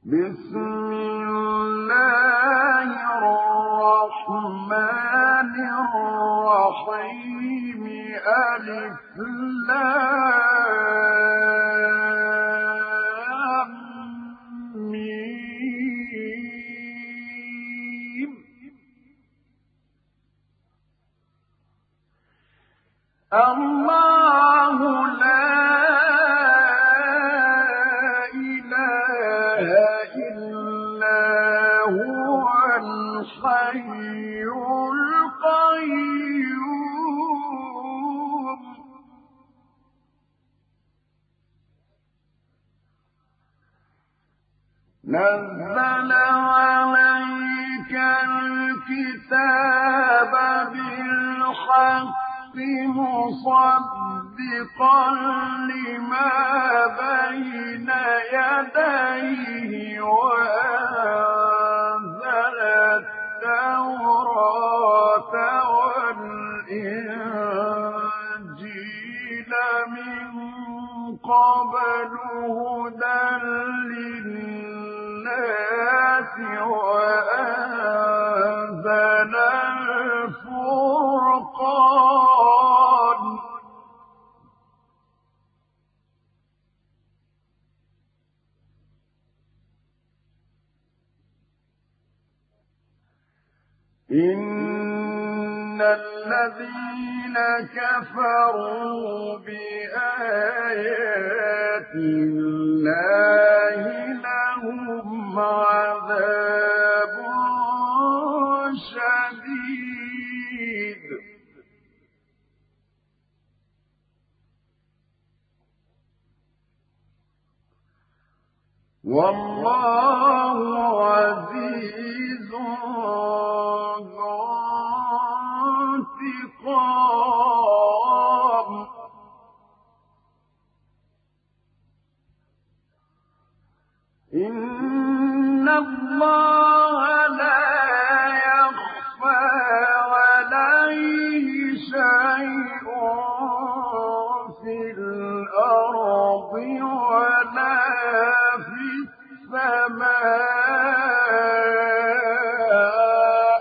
بسم الله الرحمن الرحيم ألف لام ميم الله لا إله إلا هو الحي القيوم نزل عليك الكتاب بالحق مصدقا لما بين يديه وأنزل التوراة والإنجيل من قبل هدى للناس وأنزل الفرقان إن الذين كفروا بآيات الله لهم عذاب شديد والله عزيز ذو انتقام إن الله لا يخفى عليه شيء في الأرض ولا في السماء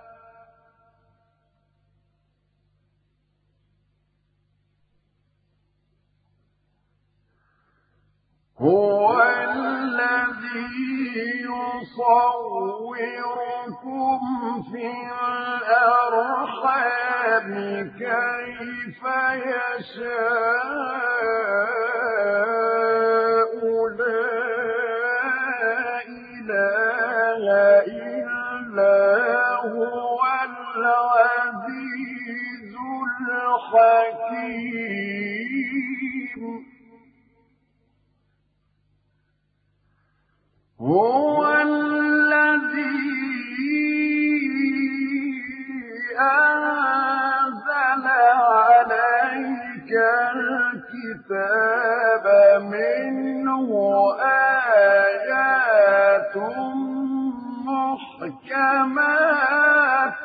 هو الذي يصوركم في الأرحام كيف يشاء لا إله إلا هو العزيز الحكيم هو الذي أنزل عليك الكتاب منه آيات محكمات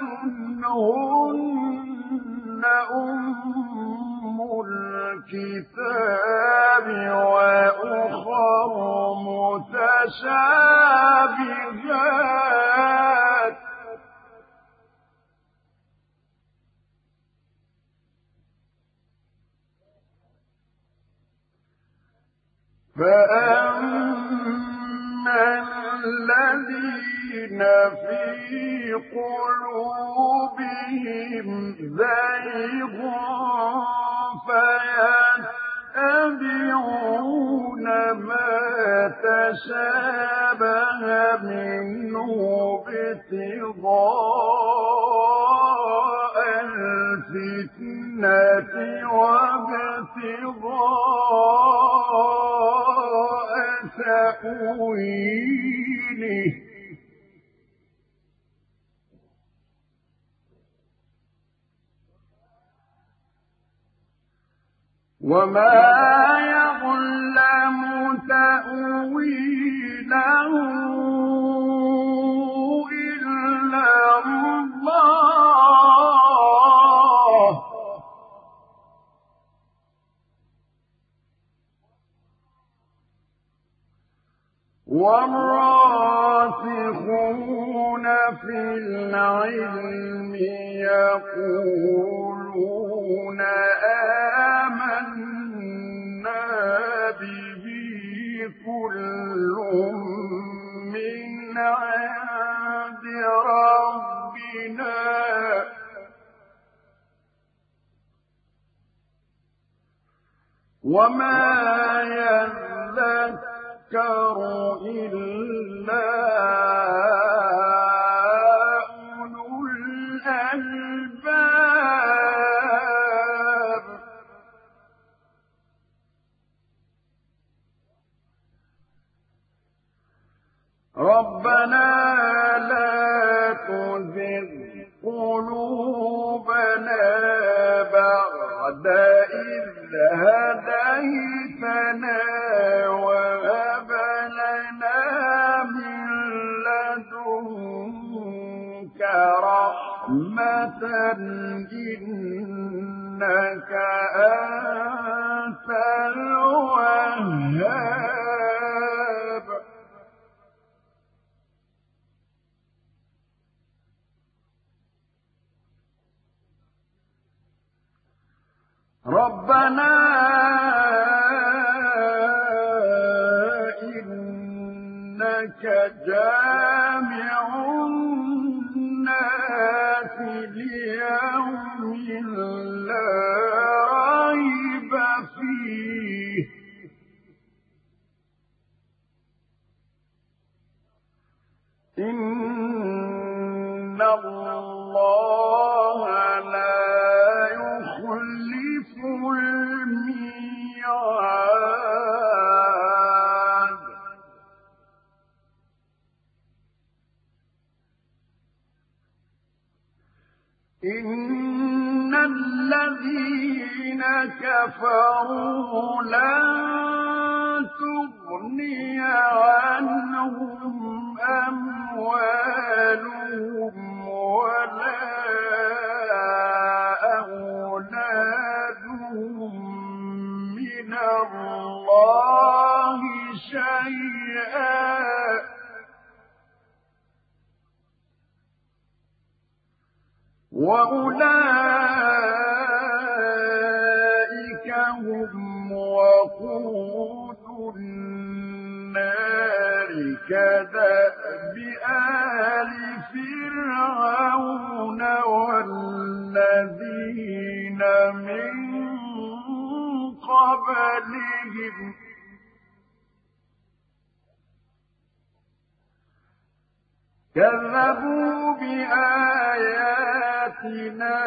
هن أم الكتاب وأخر متشابهات فأما الذين في قلوبهم زيغ فيتبعون ما تشابه منه ابتغاء الفتنة وابتغاء تأويله وما يعلم تأويله إلا الله والراسخون في العلم يقولون آمنا به كل من عند ربنا وما يذكر إلا أولو الألباب ربنا لا تزغ قلوبنا بعد إذ هديتنا وهب لنا من لدنك رحمة إنك أنت الوهاب ربنا إنك جامع الناس ليوم لا ريب فيه إن الله لا يخلف الميعاد إن الذين كفروا لن تغني عنهم أموالهم ولا أولادهم من الله شيئا وأولئك هم وقود النار كدأب آل فرعون والذين من قبلهم كذبوا بآياتنا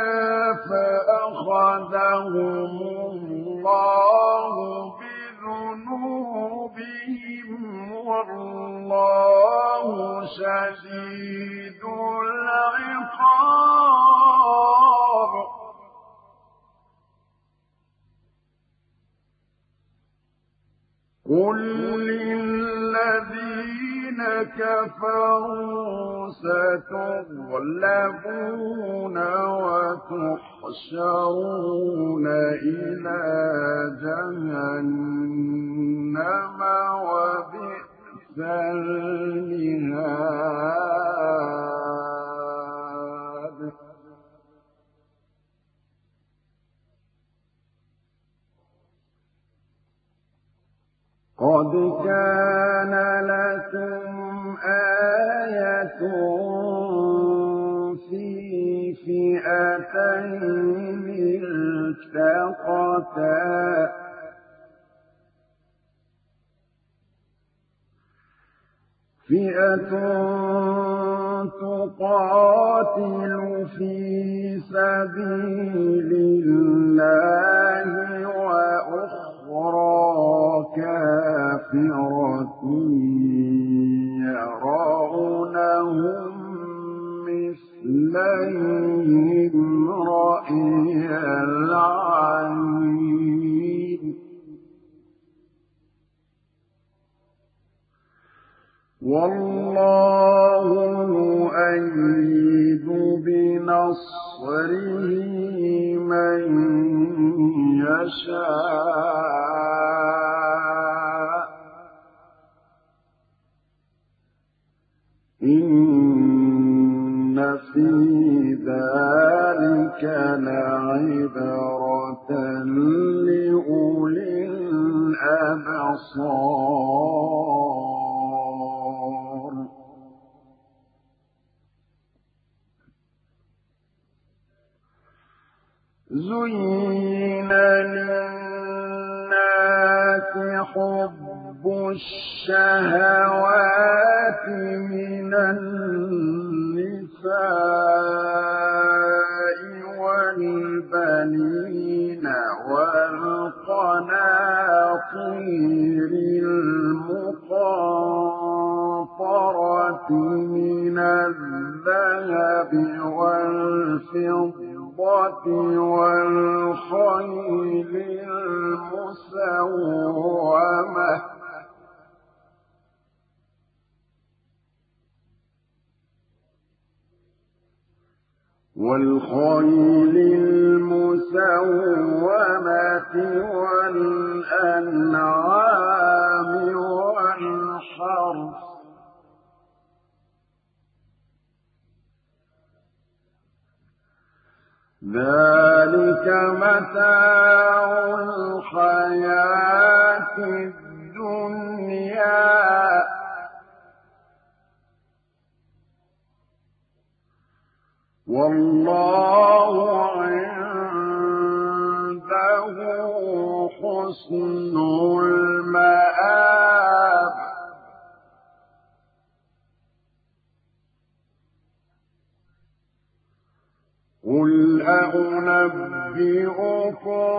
فأخذهم الله بذنوبهم والله شديد العقاب قل للذين كفروا ستغلبون وتحشرون إلى جهنم وبئس المهاد قد كان لكم آية في فئتين التقتا فئة تقاتل في سبيل الله وأخرى كافرة يرونهم مثليهم رأي العين والله يؤيد بنصره من يشاء إن في ذلك لعبرة لأولي الأبصار زين للناس حب الشهوات من النساء والبنين والقناطير المقنطرة من الذهب والفضة والخيل المسومة والأنعام والحرث ذلك متاع الحياة الدنيا والله عنده حسن المآب قل أنبئكم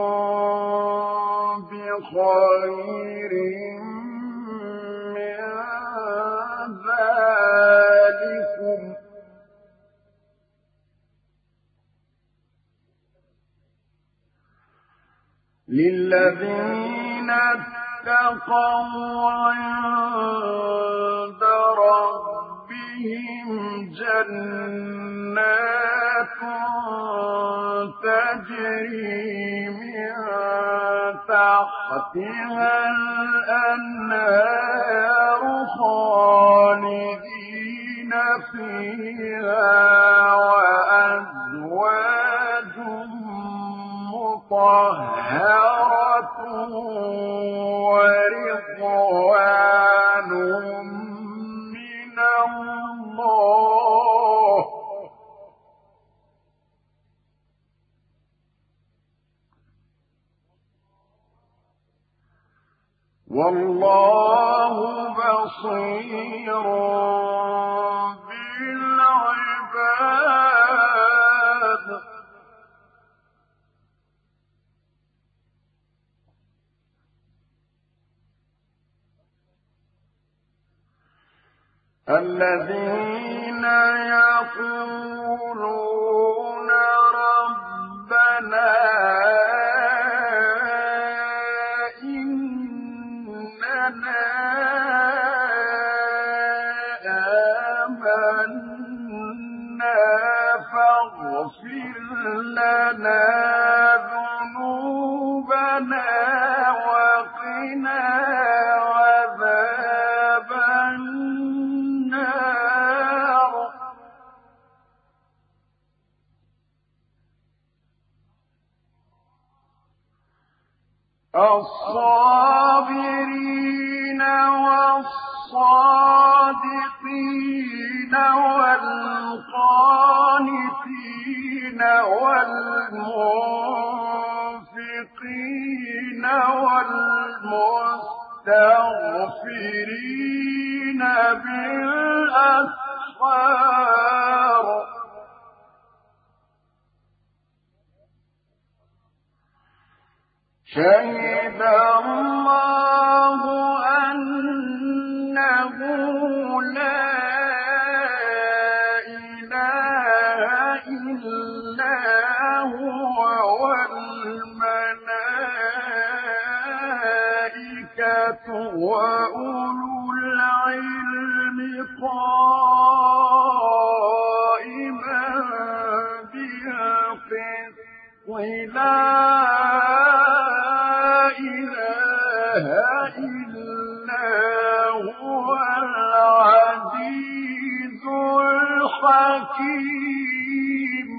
بخير من ذلكم للذين اتقوا عند ربهم جنات تجري من تحتها الأنهار خالدين فيها وأزواج مطهرة ورضوان من الله والله بصير بالعباد الذين يقولون ربنا إننا آمنا فاغفر لنا ذنوبنا وقنا عذاب النار الصابرين والصادقين والقانتين والمنفقين والمستغفرين بالأسحار شهد الله أنه لا إله إلا هو والملائكة وأولو العلم قائما بالقسط لا إله إلا هو العزيز حكيم.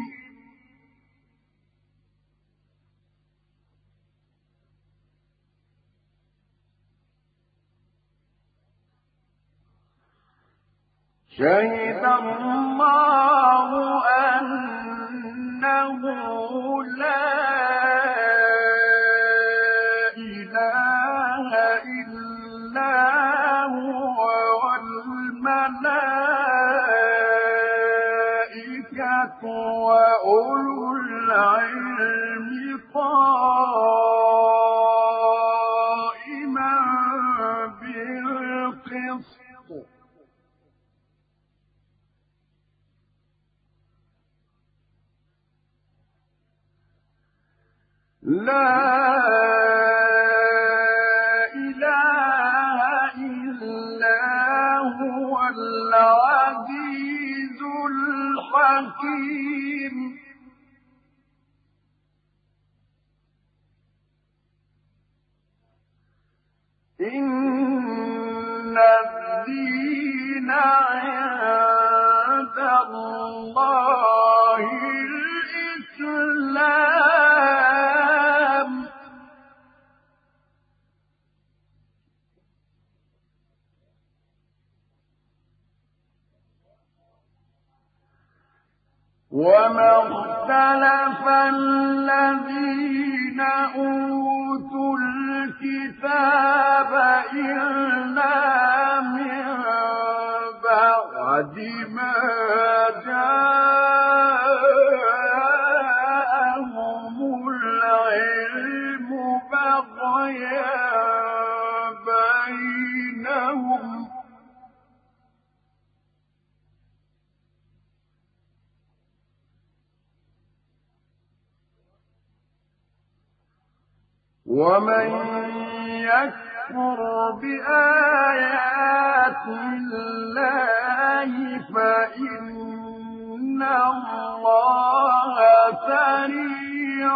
شهد الله أنه لا إله إلا هو والملائكة وأولو العلم قائما بالقسط. لا إله إلا هو العزيز الحكيم. إن الدين عند الله الإسلام. وما اختلف الذين أوتوا الكتاب إلا من بعد ما جاءهم العلم بغيا بينهم. ومن يكفر بآيات الله فإن الله سريع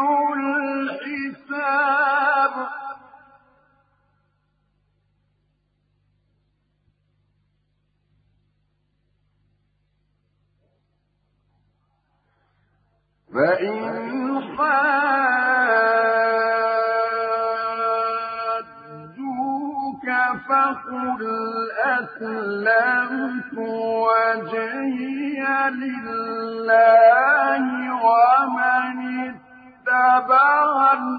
الحساب. فإن فقل أسلمت وجهي لله ومن اتبعني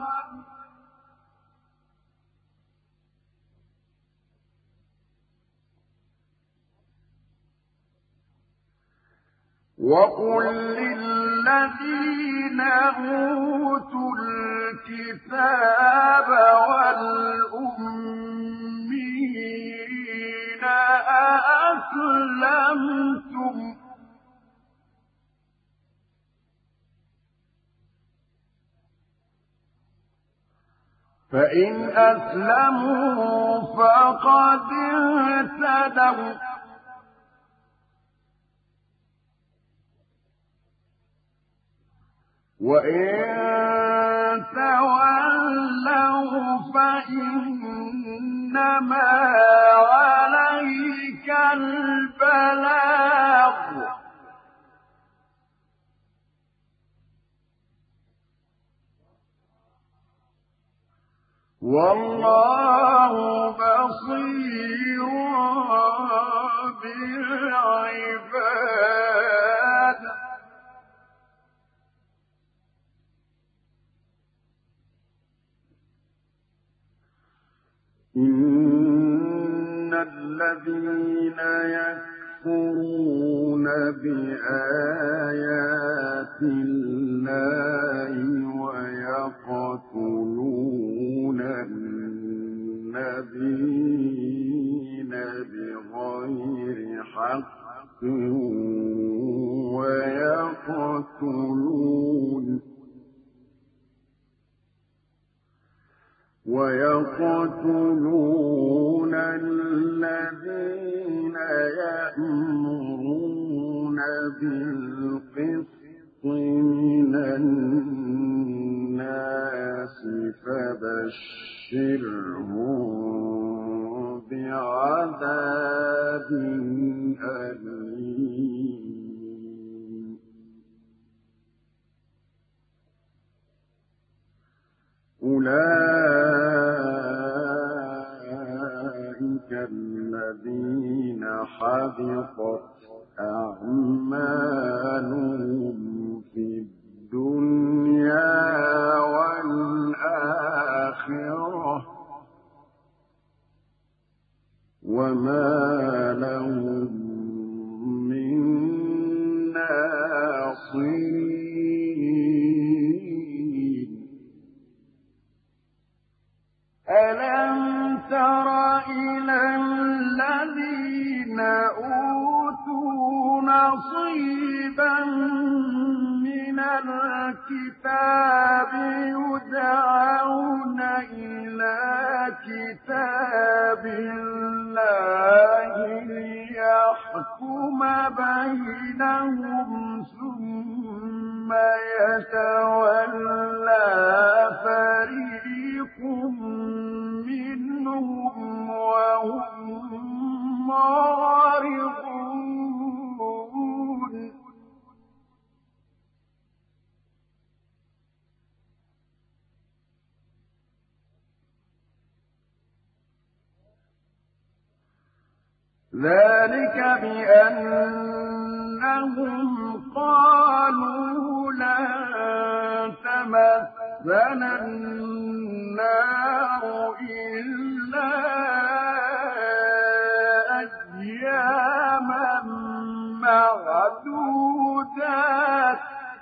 وقل للذين أوتوا الكتاب والأميين أأسلمتم فإن أسلموا فقد اهتدوا وإن تولوا فإنما عليك البلاغ والله بصير بالعباد. إن الذين يكفرون بآيات الله ويقتلون النبيين بغير حق ويقتلون الذين يأمرون بالقسط من الناس فبشرهم بعذاب أليم. أولئك الذين حبطت أعمالهم في الدنيا والآخرة وما لهم من ناصرين ألم تر إلى الذين أوتوا نصيبا من الكتاب يدعون إلى كتاب الله ليحكم بينهم ثم يتولى فريق منهم وهم معرضون ذلك بأنهم قالوا لن تمسنا النار إلا أياما معدودات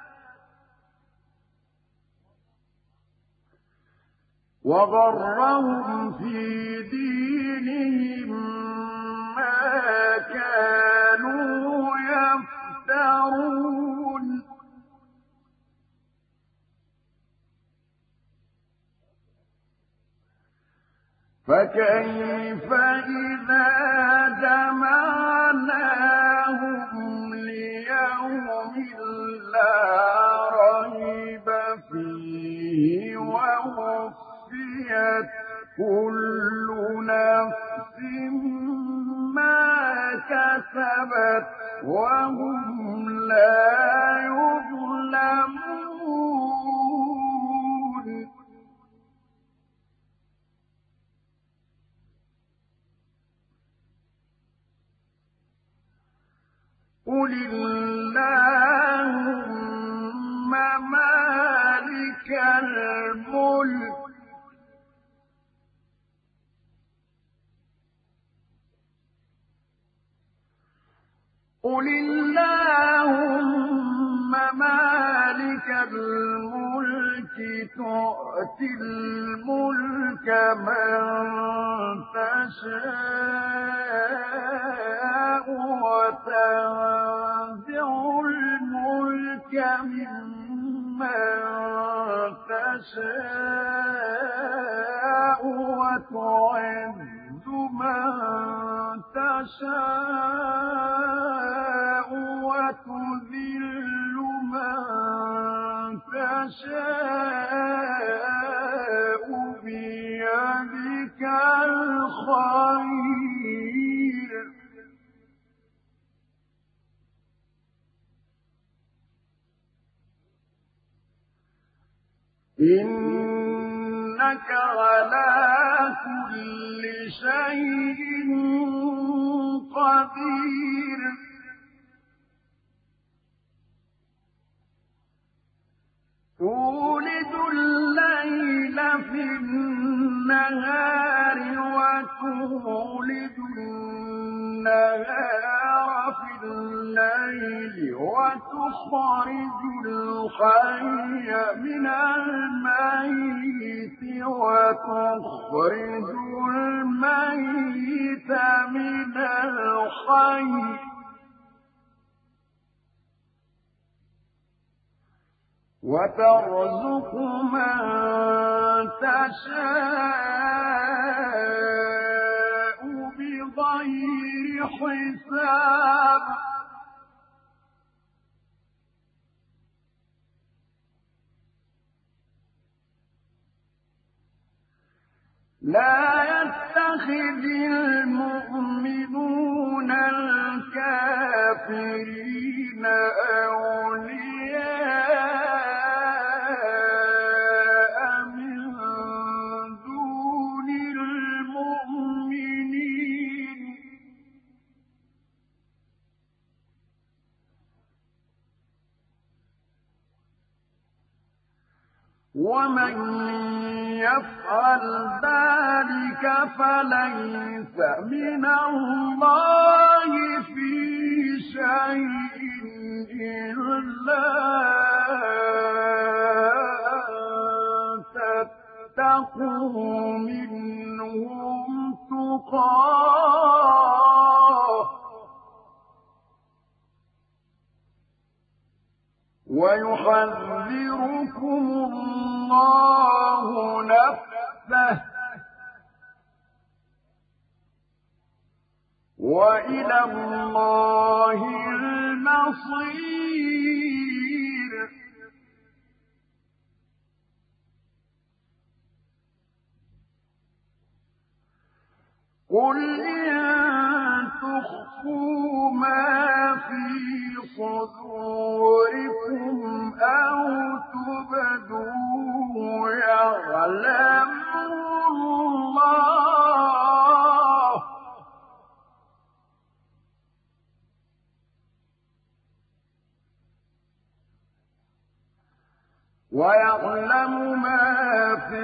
وغرهم في دينهم ما كانوا يفترون فكيف إذا جمعناهم ليوم لا ريب فيه ووفيت كل نفس ما كسبت وهم لا يظلمون قل اللهم مالك الملك قل اللهم مالك الملك تؤتي الملك من تشاء وتنزع الملك ممن تشاء وتعز من تشاء وتذل من تشاء بيدك الخير إنك على كل شيء قدير تولد الليل في النهار وتولد النهار في الليل وتخرج الحي من الميت وتخرج الميت من الحي وترزق من تشاء بغير حساب لا يتخذ المؤمنون الكافرين أولياء من ومن يفعل ذلك فليس من الله في شيء إلا أن تتقوا منهم تقاه ويحذركم الله نفسه وإلى الله المصير. قل إن تخفوا ما في صدوركم أو تبدوه يعلمه الله ويعلم ما في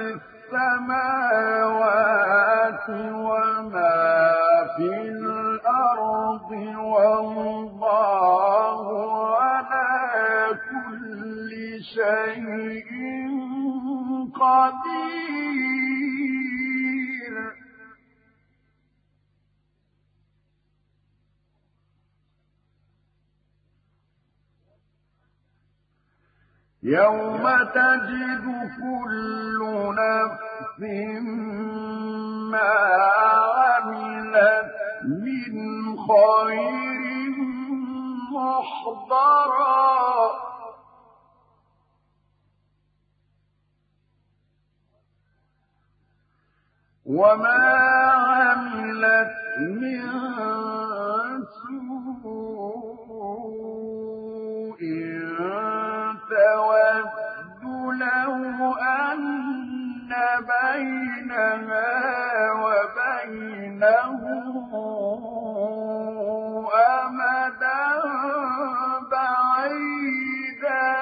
السماوات وما في الأرض والله على كل شيء قدير. يوم تجد كل نفس ما عملت من خير محضرا وما عملت من سوء تود لو أن بينها وبينه أمدا بعيدا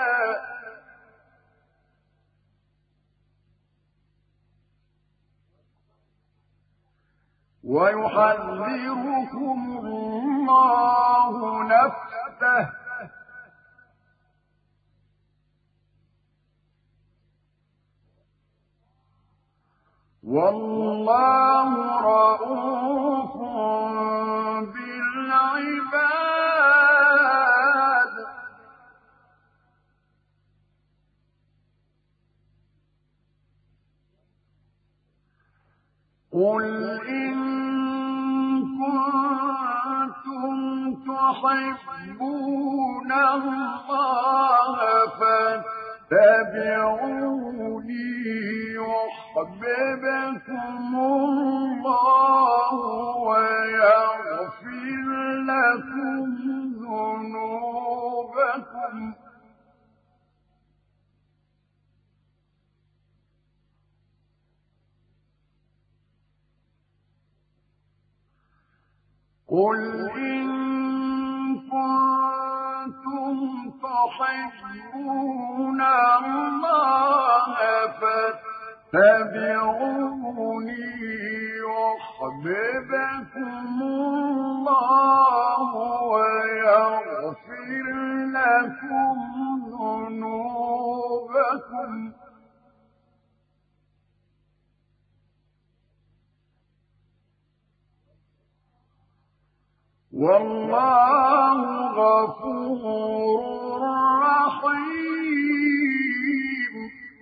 ويحذركم الله نفسه والله رءوف بالعباد. قل إن كنتم تحبون الله فاتبعوني يحببكم الله ويغفر لكم ذنوبكم قل إن كنتم تحبون الله فاتبعوني يحببكم الله ويغفر لكم ذنوبكم والله غفور رحيم.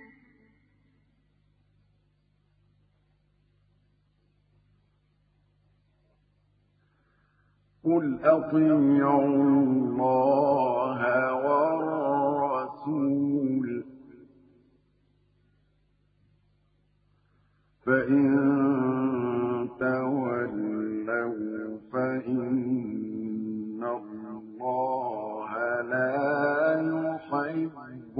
قل أطيعوا الله والرسول فإن تولوا فإن الله لا يحب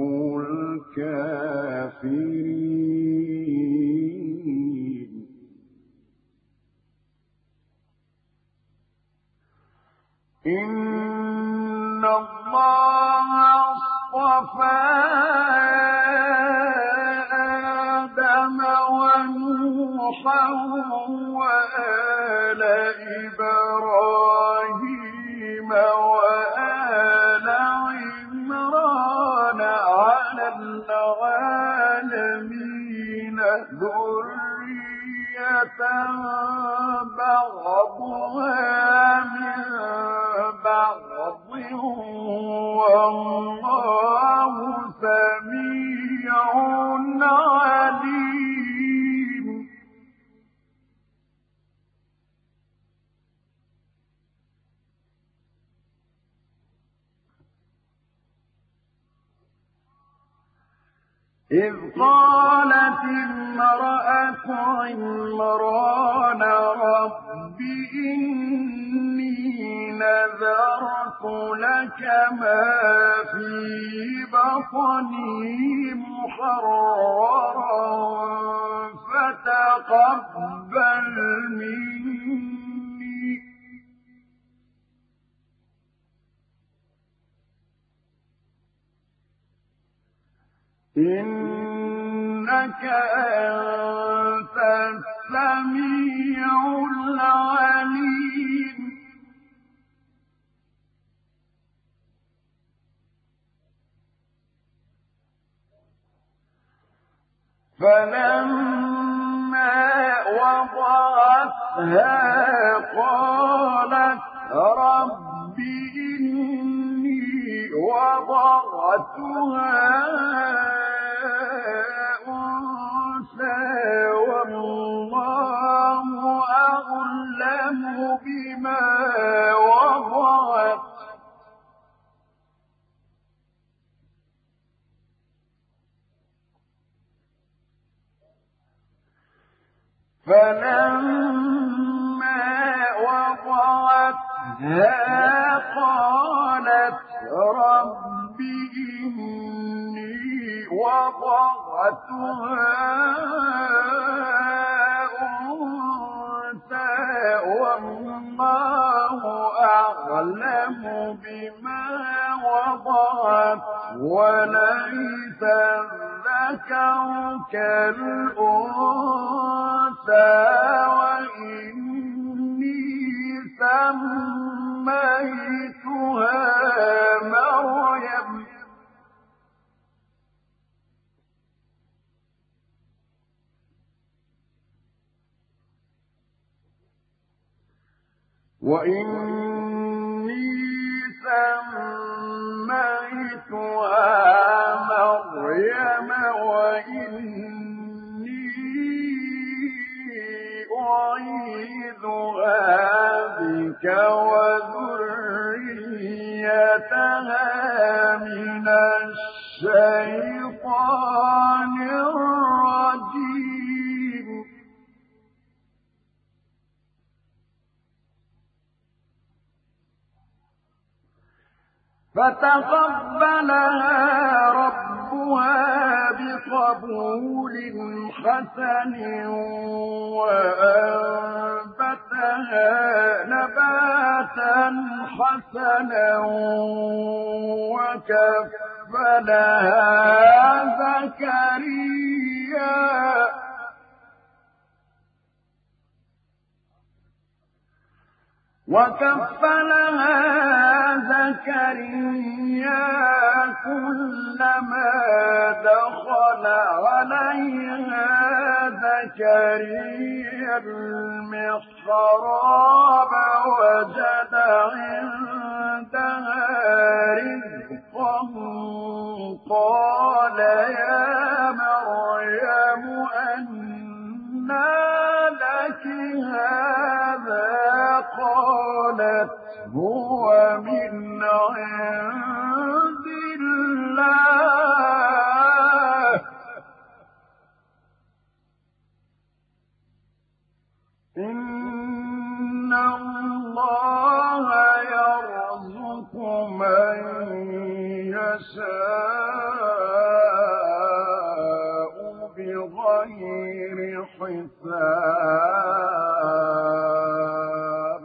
الكافرين. إن الله اصطفى نوحا وآل إبراهيم وآل عمران على العالمين ذرية بعضها من بعض والله سميع عليم. إذ قالت امرأة عمران رب إني نذرت لك ما في بطني محررا فتقبل مني إنك أنت السميع العليم. فلما وضعتها قالت رب إني وضعتها أنثى والله أعلم بما وضعت فلما وضعتها قالت رب إني وضعتها أنثى والله أعلم بما وضعت وليس الذكر كالأنثى وإني سميتها مريم وإني سميتها مريم وإني أعيذها بك وذريتها من الشيطان الرجيم. فتقبلها ربها بقبول حسن وأنبتها نباتا حسنا وكفلها زكريا كلما دخل عليها زكريا المحراب وجد عندها رزقا قال يا مريم أنى لك هذا قالت هو من عند الله إن الله يرزق من يشاء بغير حساب.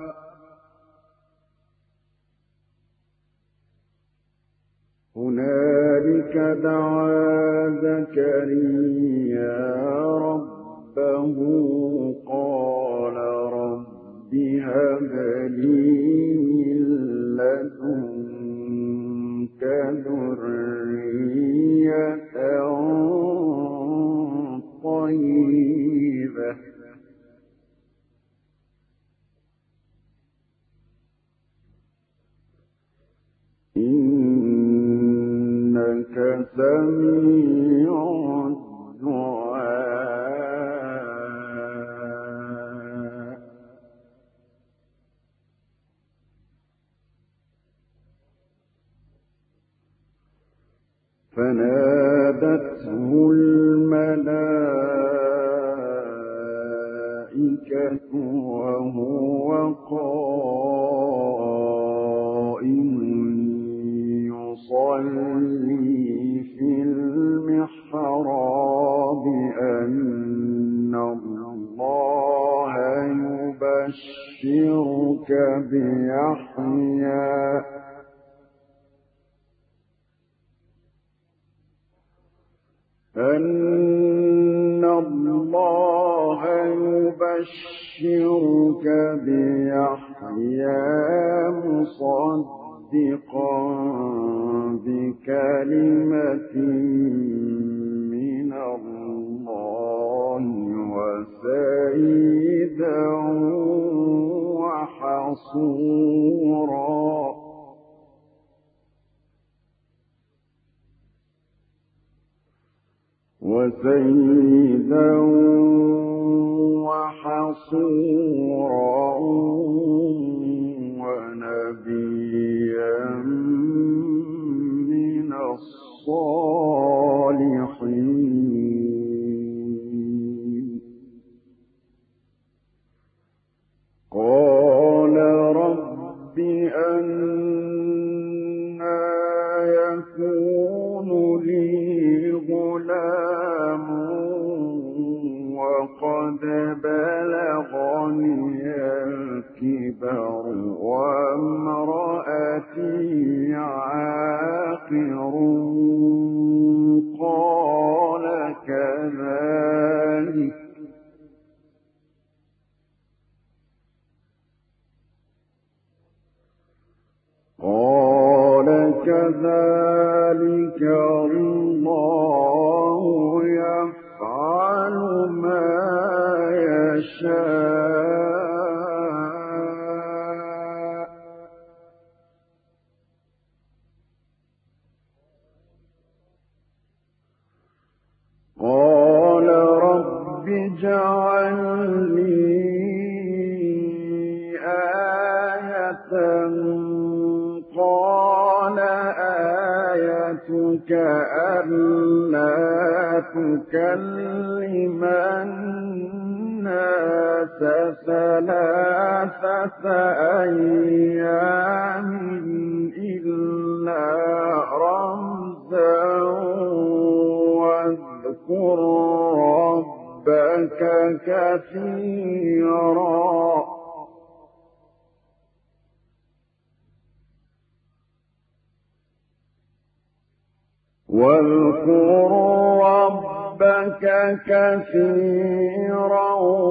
هنالك دعا زكريا ربه له قال رب هب لي من لدنك ذرية طيبة إنك سميع الدعاء فنادته الملائكة وهو قائم يصلي في المحراب أن الله يبشرك بيحيى مصدقا بكلمة من الله وسيدا وحصورا وحصورا ونبيا من الصالحين قال رب أنى يكون لي غلام وقد بلغني الكبر وامرأتي عاقر قال كذلك الله يفعل ما يشاء قال رب اجعل لي آية قال آيتك ألا تكلم الناس ثلاثة أيام إلا رمزا واذكر ربك كثيرا واذكر ربك كثيرا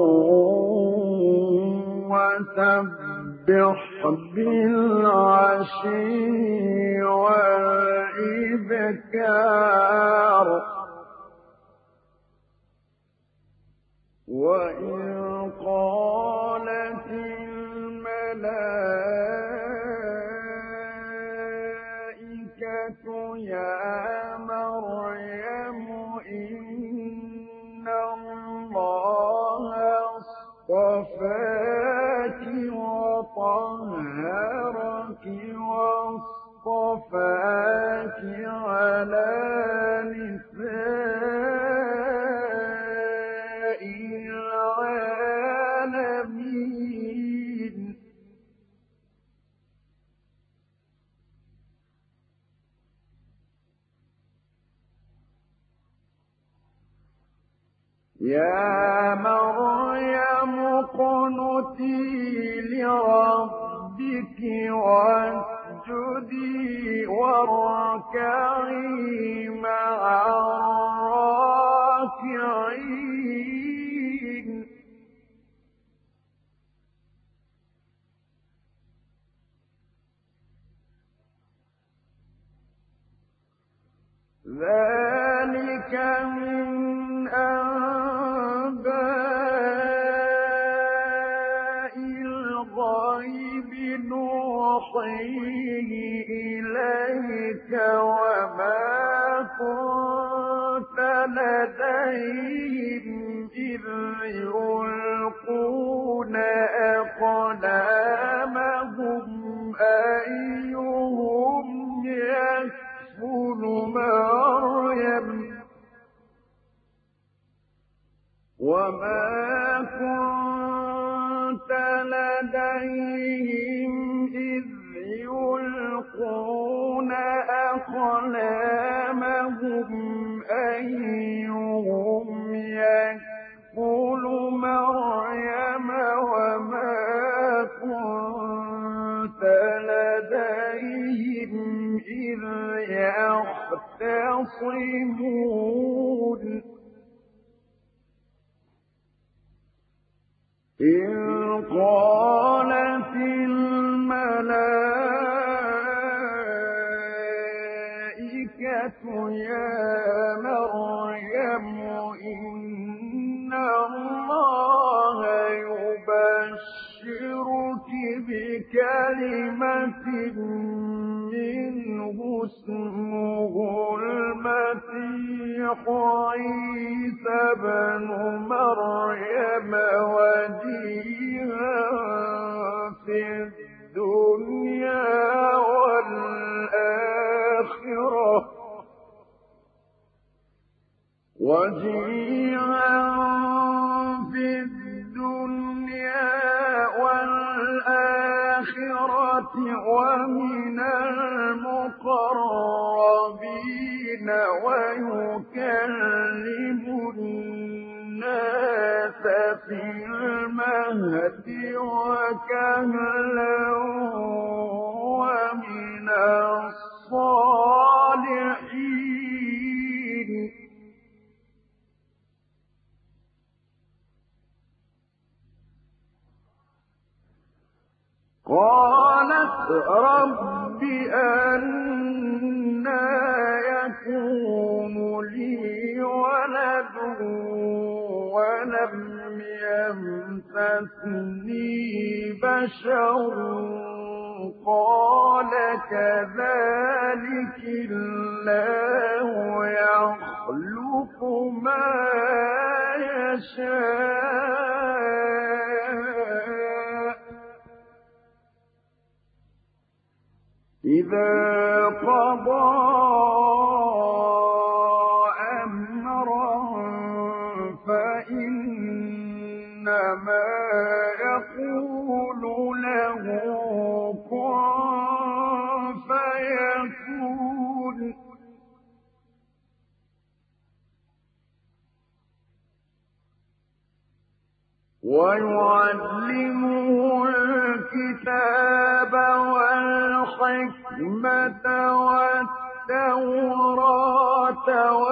وسبح بالعشي والإبكار وإن قالت الملائكة يا مريم إن الله اصطفاك وطهرك واصطفاك على نساء العالمين يا مريم اقنتي لربك واسجدي واركعي مع الراكعين ذلك من أنباء الغيب نوحيه إليك وما كنت لديهم إذ يلقون أقلامهم أيهم يكفل مريم وما كنت لديهم إذ يلقون أقلامهم أيهم يكفل مريم وما كنت لديهم إذ يختصمون إذ قالت الملائكة يا مريم إن الله يبشرك بكلمة منه اسمه المسيح عيسى بن مريم وجيها في الدنيا والآخرة ومن المقربين ويكلم الناس في المهد وكهلا ومن الصالحين قالت رب أنى يكون لي ولد ولم يمسسني بشر قال كذلك الله يخلق ما يشاء إذا قضى أمرا فإنما يقول له كن فيكون ويعلمه الكتاب والحكمة والتوراة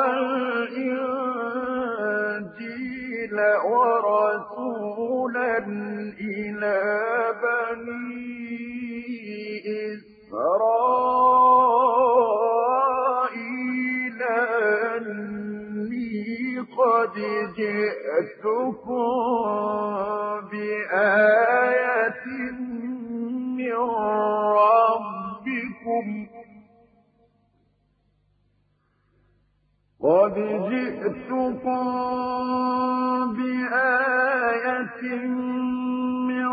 والإنجيل ورسولا إلى بني إسرائيل أني قد جئتكم بآية من ربكم قد جئتكم بآية من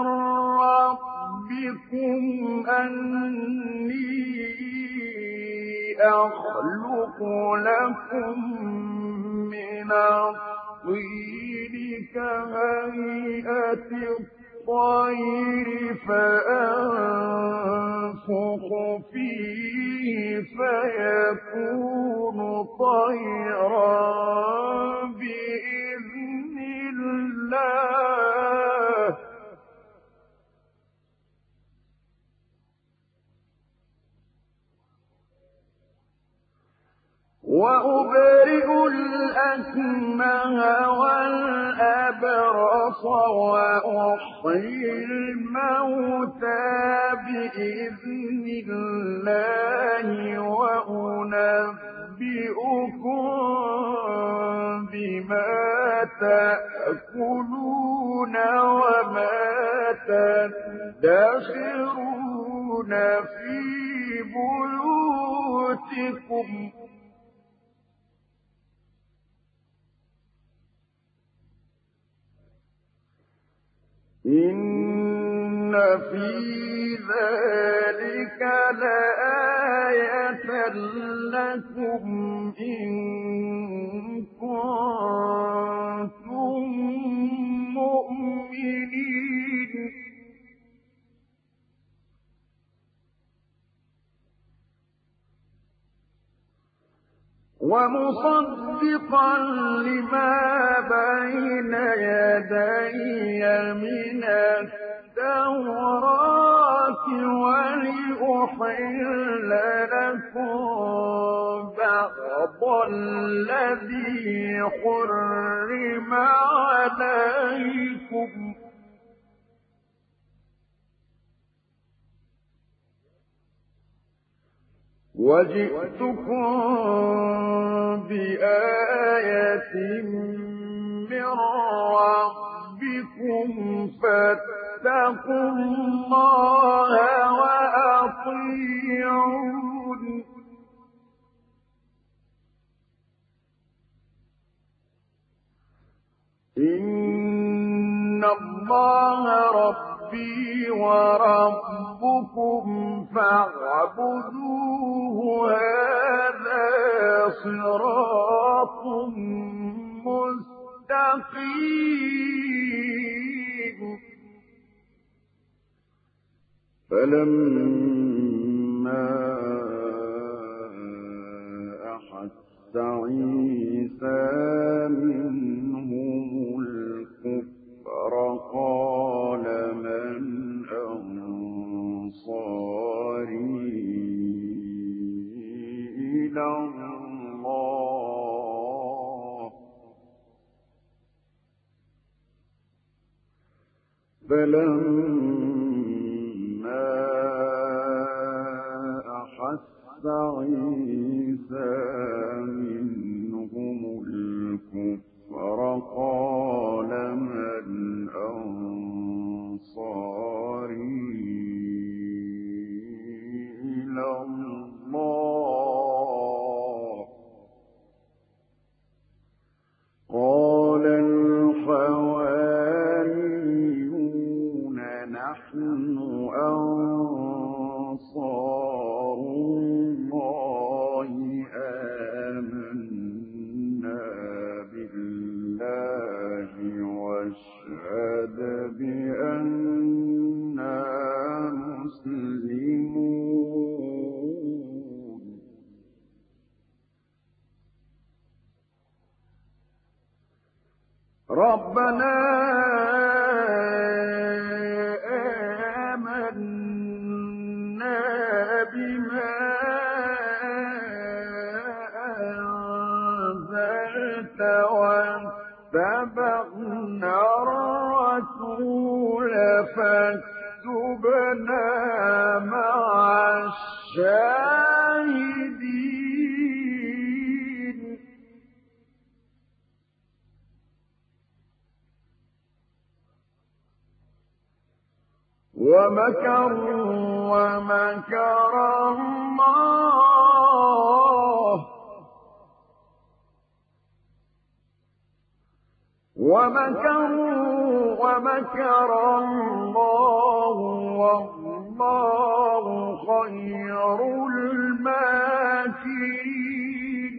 ربكم أني أخلق لكم من الطين كهيئة الطير فأنفخ فيه فيكون طيرا بإذن الله وأبرئ الأكمه والأبرص وأحيي الموتى بإذن الله وأنبئكم تأكلون وما تدخرون في بيوتكم إن في ذلك لآية لكم إن كنتم مؤمنين ومصدقا لما بين يدي من التوراة ولأحل لكم بعض الذي حرم عليكم وجئتكم بآية من ربكم فاتقوا الله وأطيعون إن الله ربي وربكم فاعبدوه هذا صراط مستقيم فلما أحس عيسى منهم الكفر قال من أنصاري إلى الله فلما أحس عيسى منهم الكفر قال من أنصاري إلى الله قال الحواريون نحن أنصار الله آمنا بالله واشهد بأننا مسلمون ربنا آمنا بما أنزلت واتبعنا الرسول فاكتبنا مع الشاهدين ومكروا ومكر الله والله خير الماكرين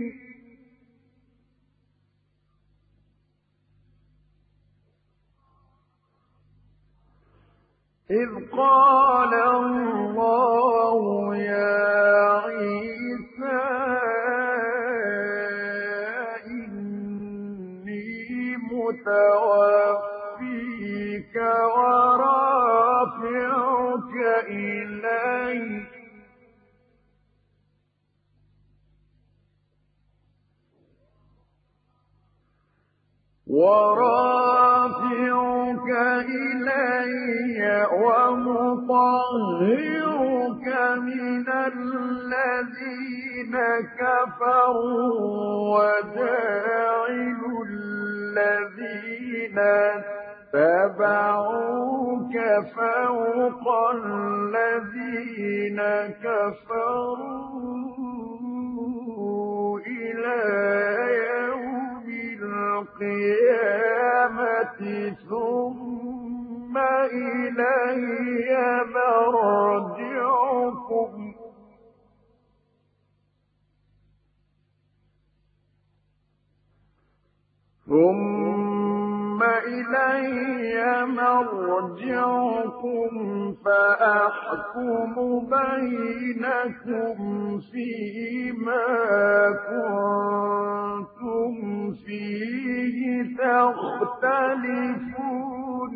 إذ قال الله يا عيسى إني متوفيك ورافعك إلي ومطهرك من الذين كفروا وجاعل الذين اتبعوك فوق الذين كفروا إلى يوم القيامة ثم إلي مرجعكم فأحكم بينكم فيما كنتم فيه تختلفون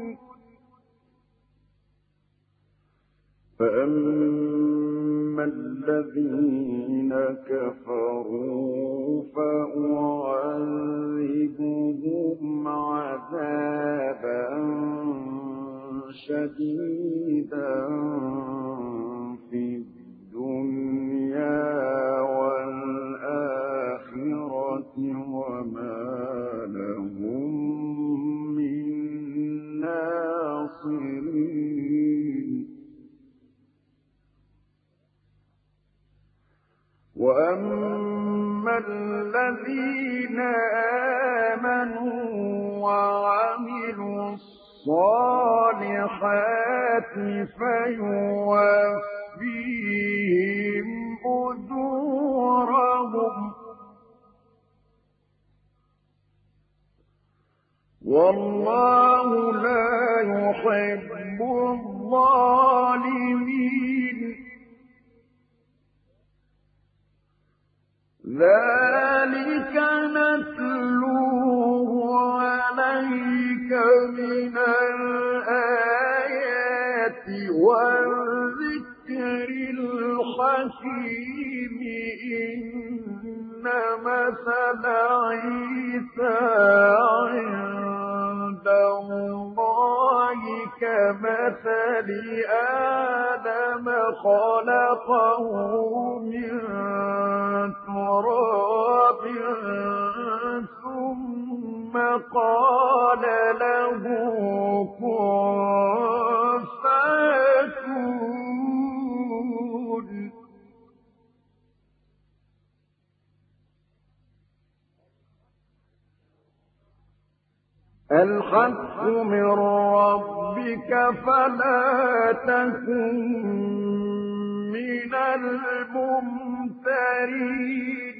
فأما الذين كفروا فأعذبهم عذابا شديدا في الدنيا والآخرة وما لهم من ناصرين وأما الذين آمنوا وعملوا الصالحات فيوفيهم أجورهم والله لا يحب الظالمين ذلك نتلوه عليك من الآيات والذكر الحكيم إن مثل عيسى عند الله كمثل آدم خلقه من تراب ثم قال له كن فيكون الحق من ربك فلا تكن من الممترين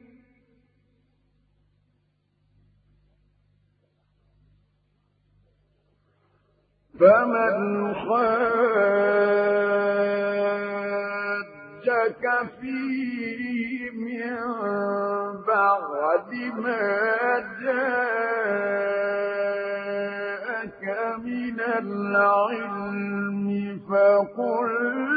فمن حاجك فيه من بعد ما جاءك من العلم فقل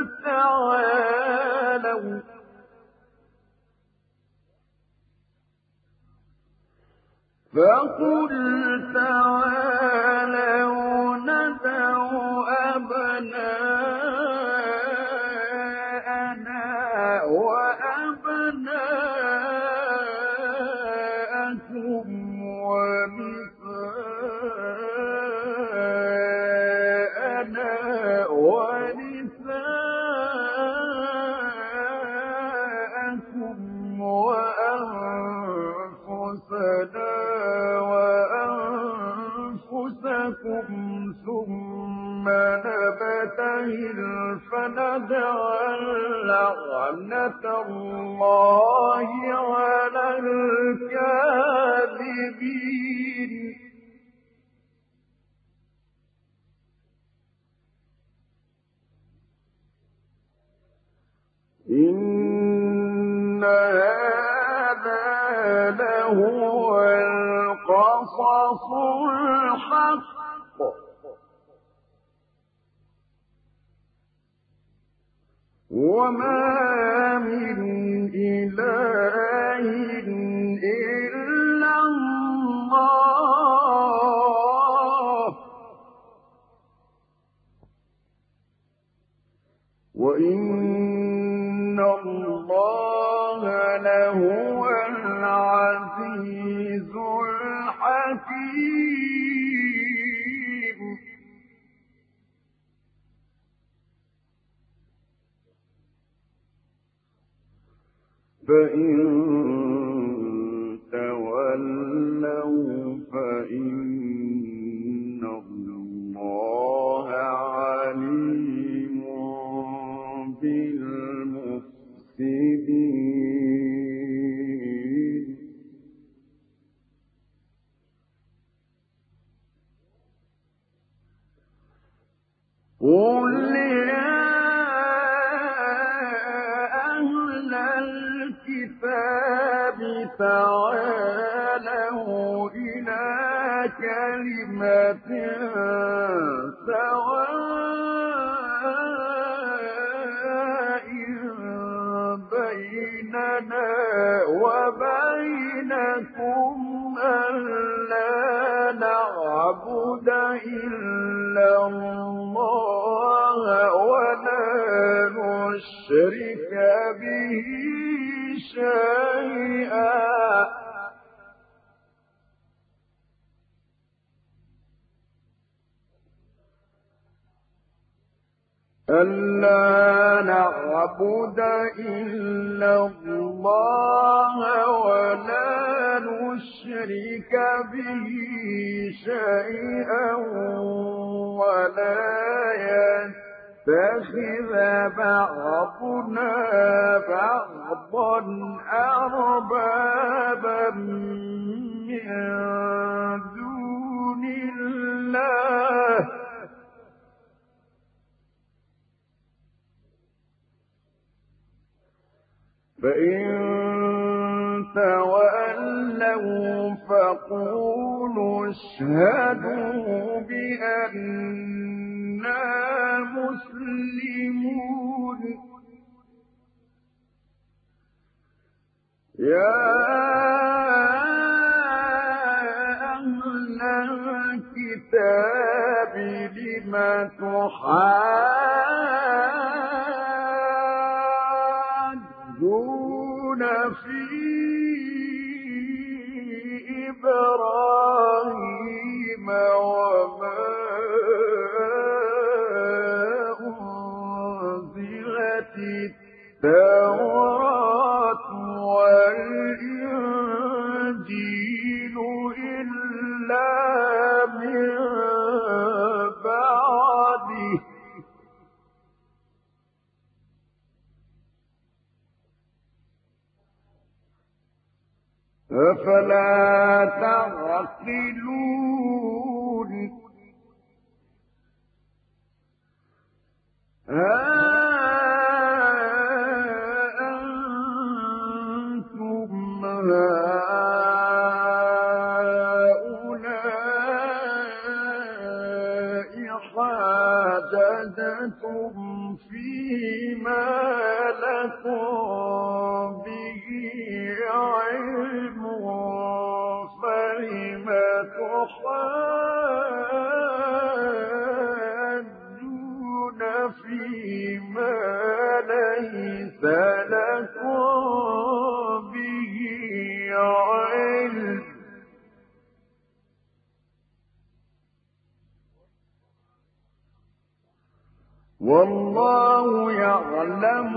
تعالوا ندع أبناءنا وأبناءكم ونساءنا ونساءكم وأنفسنا وأنفسكم ثم نبتهل فنجعل لعنة الله على الكاذبين إن هذا لهو القصص الحق وما من إله إلا الله وإن الله لهو العزيز الحكيم فإن تولوا فإن الله عليم بالمفسدين قل يا أهل الكتاب تعالوا إلى كلمة سواء بيننا وبينكم ألا نعبد إلا الله ولا نشرك به شيئا ألا نعبد إلا الله ولا نشرك به شيئا ولا يتخذ بعضنا بعضا أربابا من دون الله فإن تولوا فقولوا اشهدوا بأننا مسلمون يا أهل الكتاب لم تحاجون في إبراهيم وما أنزلت التوراة والإنجيل إلا من بعده أفلا تعقلون ها أنتم هؤلاء حاججتم فيما لكم به علم فلم تحاجون فيما ليس لكم به علم والله يعلم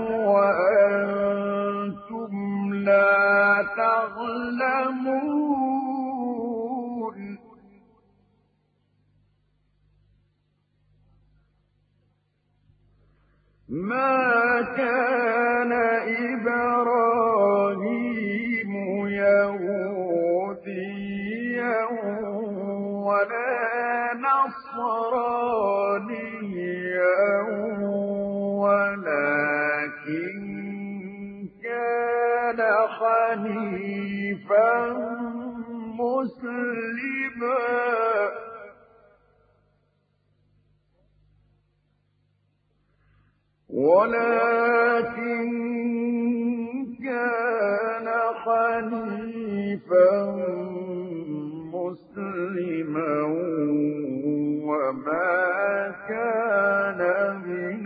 وأنتم لا تعلمون ما كان إبراهيم يهوديا ولا نصرانيا ولكن كان حنيفا مسلما وما كان من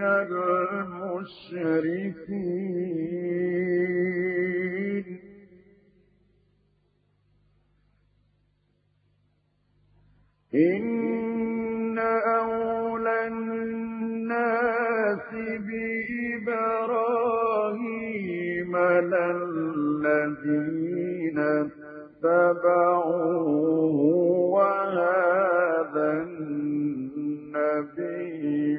المشركين إن أولى الناس بإبراهيم لِيَشْمَلَ الَّذِينَ اتَّبَعُوهُ وَهَٰذَا النَّبِيُّ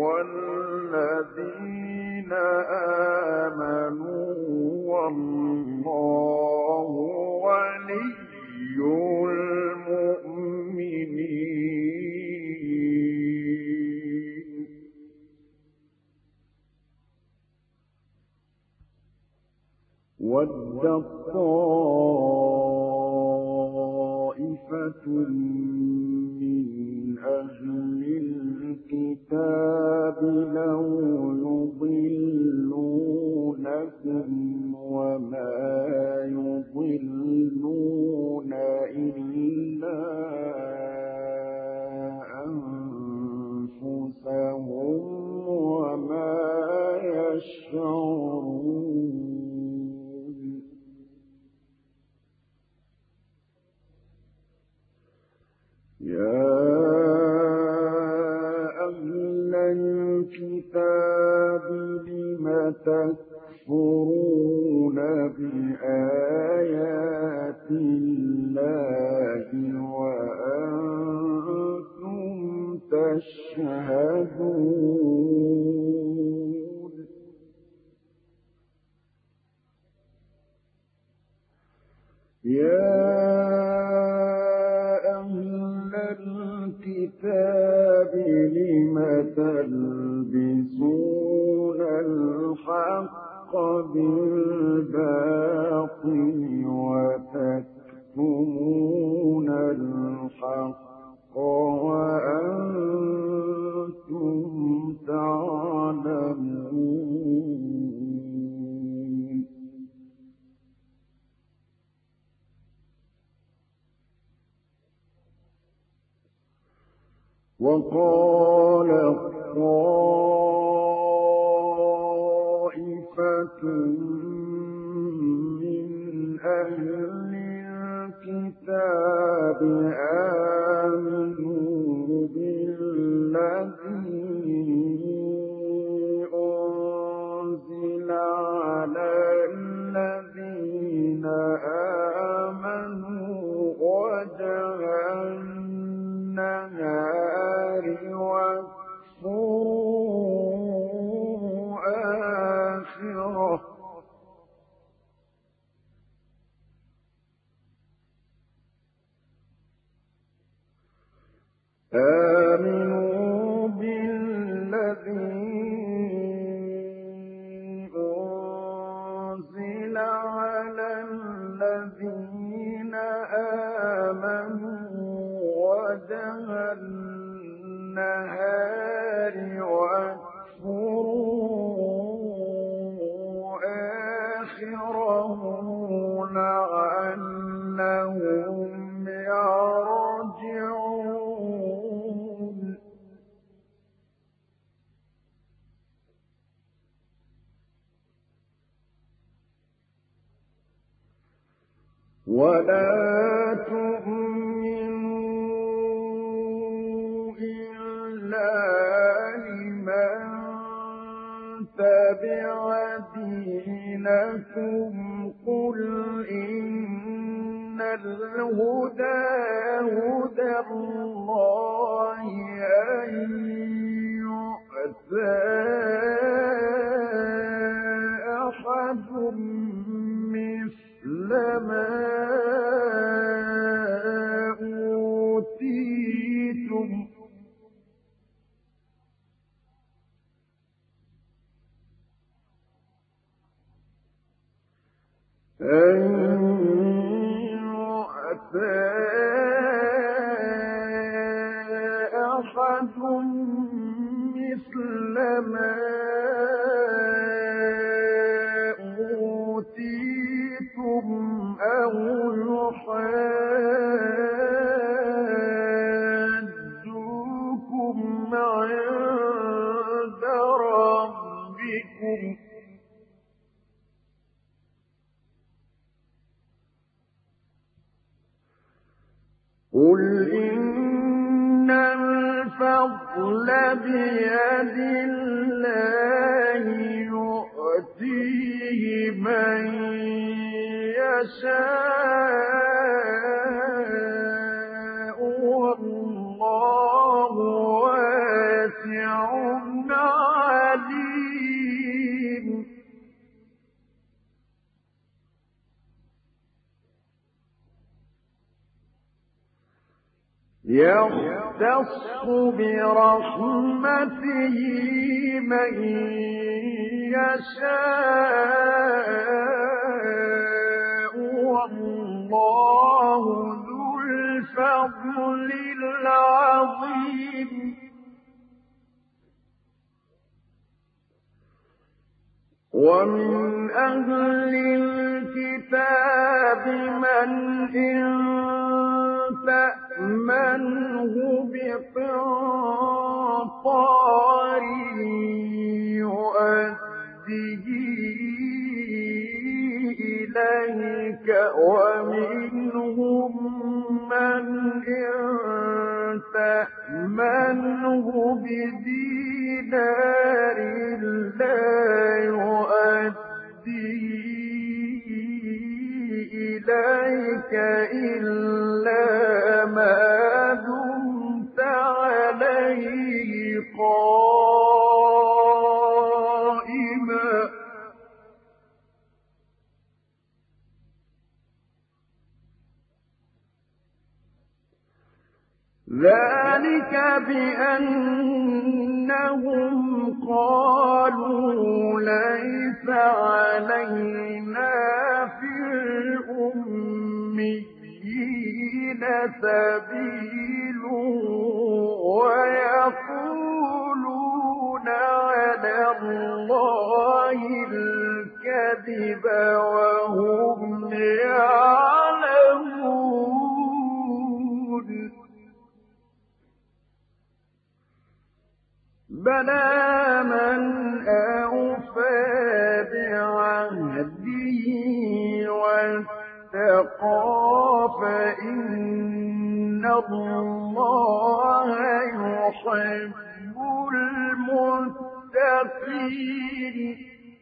وَالَّذِينَ آمَنُوا ۗ وَاللَّهُ وَلِيُّ الْمُؤْمِنِينَ. وَدَّت طَّائِفَةٌ مِّنْ أَهْلِ الْكِتَابِ لَوْ يُضِلُّونَكُمْ وَمَا يُضِلُّونَ إِلَّا أَنفُسَهُمْ وَمَا يَشْعُرُونَ. يَا أَهْلَ الْكِتَابِ لِمَ تَكْفُرُونَ بِآيَاتِ اللَّهِ وَأَنتُمْ تَشْهَدُونَ. يَا الْكِتَابِ لِمَ تَلْبِسُونَ الْحَقَّ بِالْبَاطِلِ وَتَكْتُمُونَ الْحَقَّ وَأَنتُمْ تَعْلَمُونَ. وَقَالَت طَّائِفَةٌ مِّنْ أَهْلِ الْكِتَابِ آمِنُوا بِالَّذِي أُنزِلَ عَلَى الَّذِينَ آمَنُوا وَجْهَ النَّهَارِ وَاكْفُرُوا آخِرَهُ ۚ آمِنُوا بِالَّذِي أُنزِلَ عَلَى الَّذِينَ آمَنُوا وَجْهَ النَّهَارِ وَاكْفُرُوا آخِرَهُ لَعَلَّهُمْ يَرْجِعُونَ. وَلَا تُؤْمِنُوا إِلَّا لِمَن تَبِعَ دِينَكُمْ قُلْ إِنَّ الْهُدَىٰ هُدَى اللَّهِ أَن يُؤْتَىٰ أَحَدٌ مِّثْلَ مَا أُوتِيتُمْ أَن يُؤْتَىٰ أَحَدٌ مِّثْلَ مَا أُوتِيتُمْ أَوْ يُحَاجُّوكُمْ عِندَ رَبِّكُمْ ۗ قُلْ إِنَّ الْفَضْلَ بِيَدِ اللَّهِ يُؤْتِيهِ من يشاء والله واسع عليم يختص برحمته من يشاء والله ذو الفضل العظيم ومن أهل الكتاب من إن تأمنه بقنطار يؤديه إليك ومنهم من إن تأمنه بدينار لا يؤديه إليك إلا ما دمت عليه قائما ذلك بأنهم قالوا ليس علينا في الأميين سبيل ويقولون على الله الكذب وهم يعلمون بلى من أوفى بعهده واتقى فإن الله يحب المتقين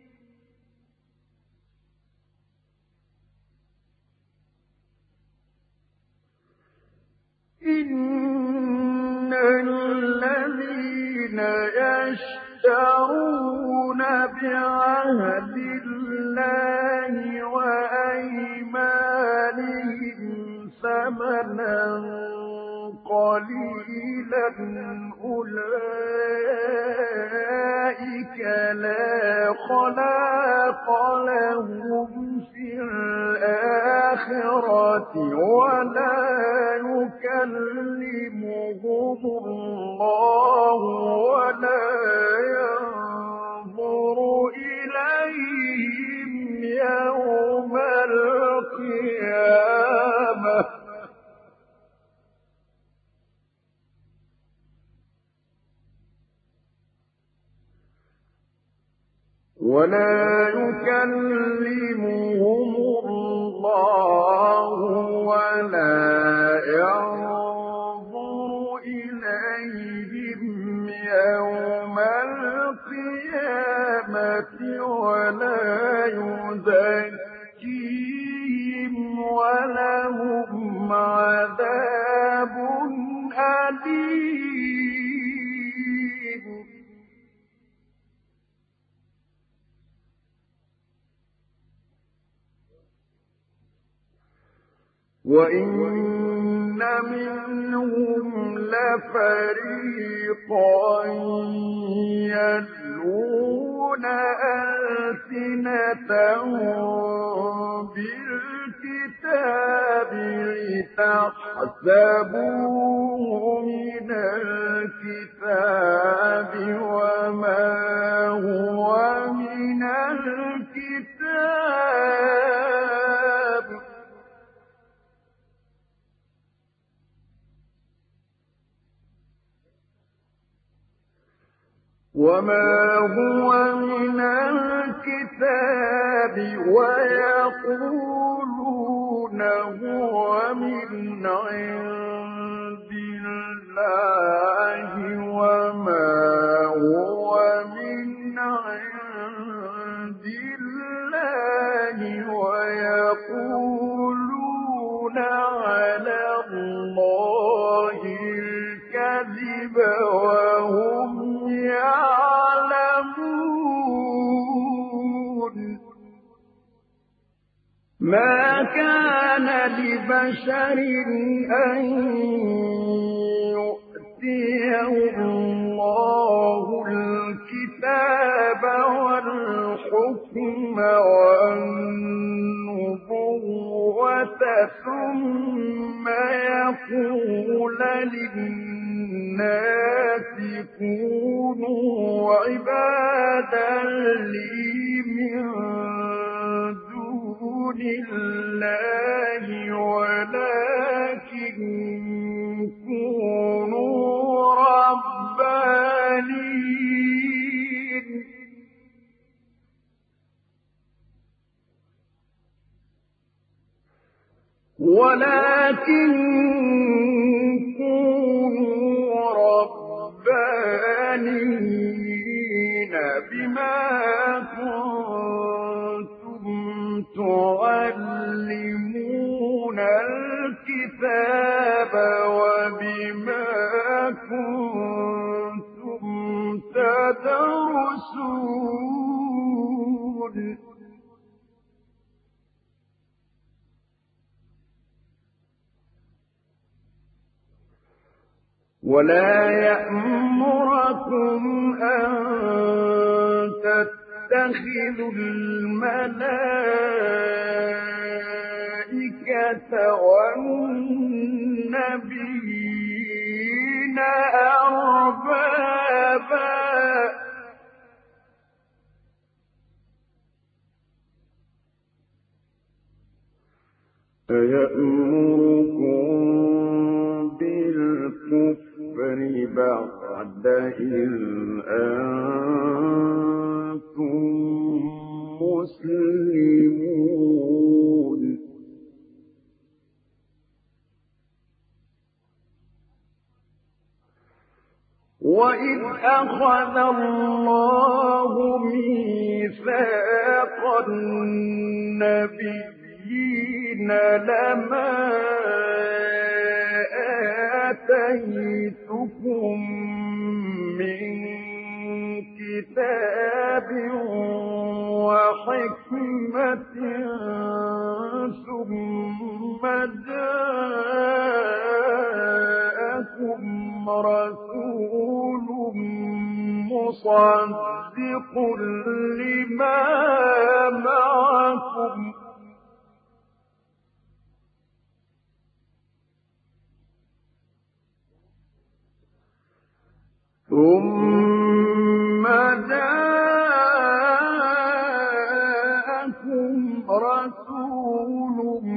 إن الذين يشترون بعهد الله وأيمانهم ثمنا قليلا أولئك لا خلاق لهم في الآخرة ولا يكلمهم الله ولا ينظر إليهم يوم القيامة ولا يكلمهم الله ولا ينظر إليهم يوم القيامة ولا يزكيهم ولهم عذاب أليم وإن منهم لفريقا يلوون ألسنتهم بالكتاب لتحسبوه من الكتاب وما هو من الكتاب وما هو من الكتاب ويقولون هو من عند الله وما هو من عند الله ما كان لبشر أن يؤتيه الله الكتاب والحكم والنبوة ثم يقول للناس كونوا عبادا لي من دون الله ولكن كونوا ربانيين بما كنتم تعلمون الكتاب وبما كنتم تدرسون ولا يأمركم أن تتخذوا الملائكة والنبيين أربابا أيأمركم بالكفر بعد إذ أنتم مسلمون وإذ أخذ الله ميثاق النبيين لما آتيتكم من كتاب وحكمة ثم جاءكم رسول مصدق لما معكم ثم جاءكم رسول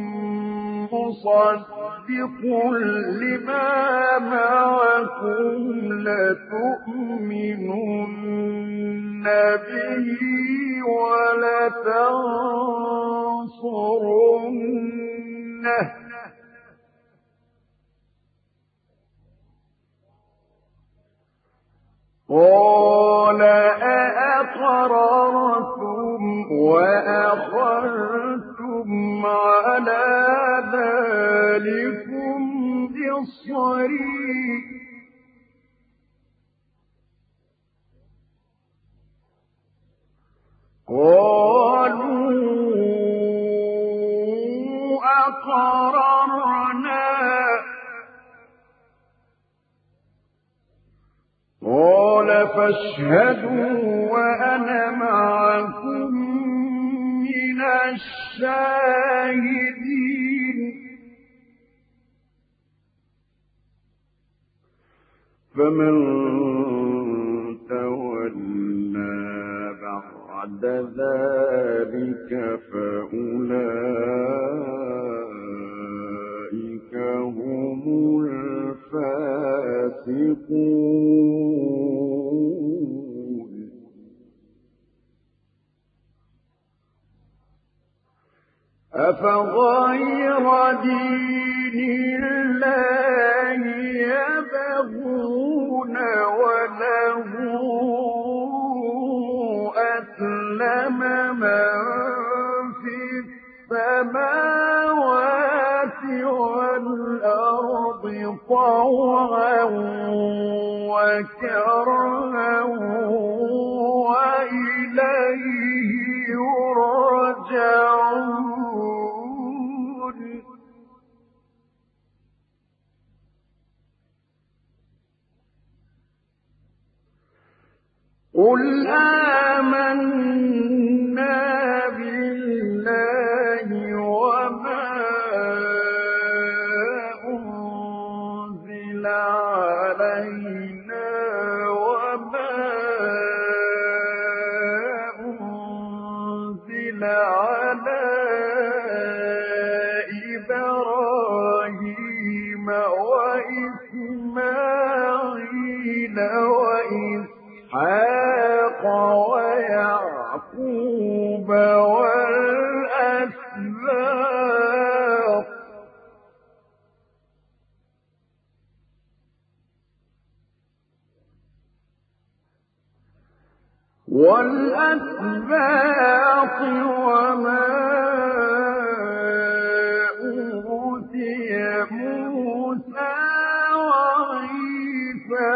مصدق لما معكم لتؤمنن به ولتنصرنه قال أأقررتم وأخذتم على ذلكم إصري قالوا أقررنا قال فاشهدوا وأنا معكم من الشاهدين فمن تولى بعد ذلك فأولئك هم الفاسقون أفغير دين الله يبغون وله أسلم من في السماوات والأرض طوعا وكرها وإليه يرجعون قل آمنا بالله وما أنزل علينا وما أنزل على إبراهيم وإسماعيل وإسحاق ويعقوب والأسباط وما أوتي موسى وعيسى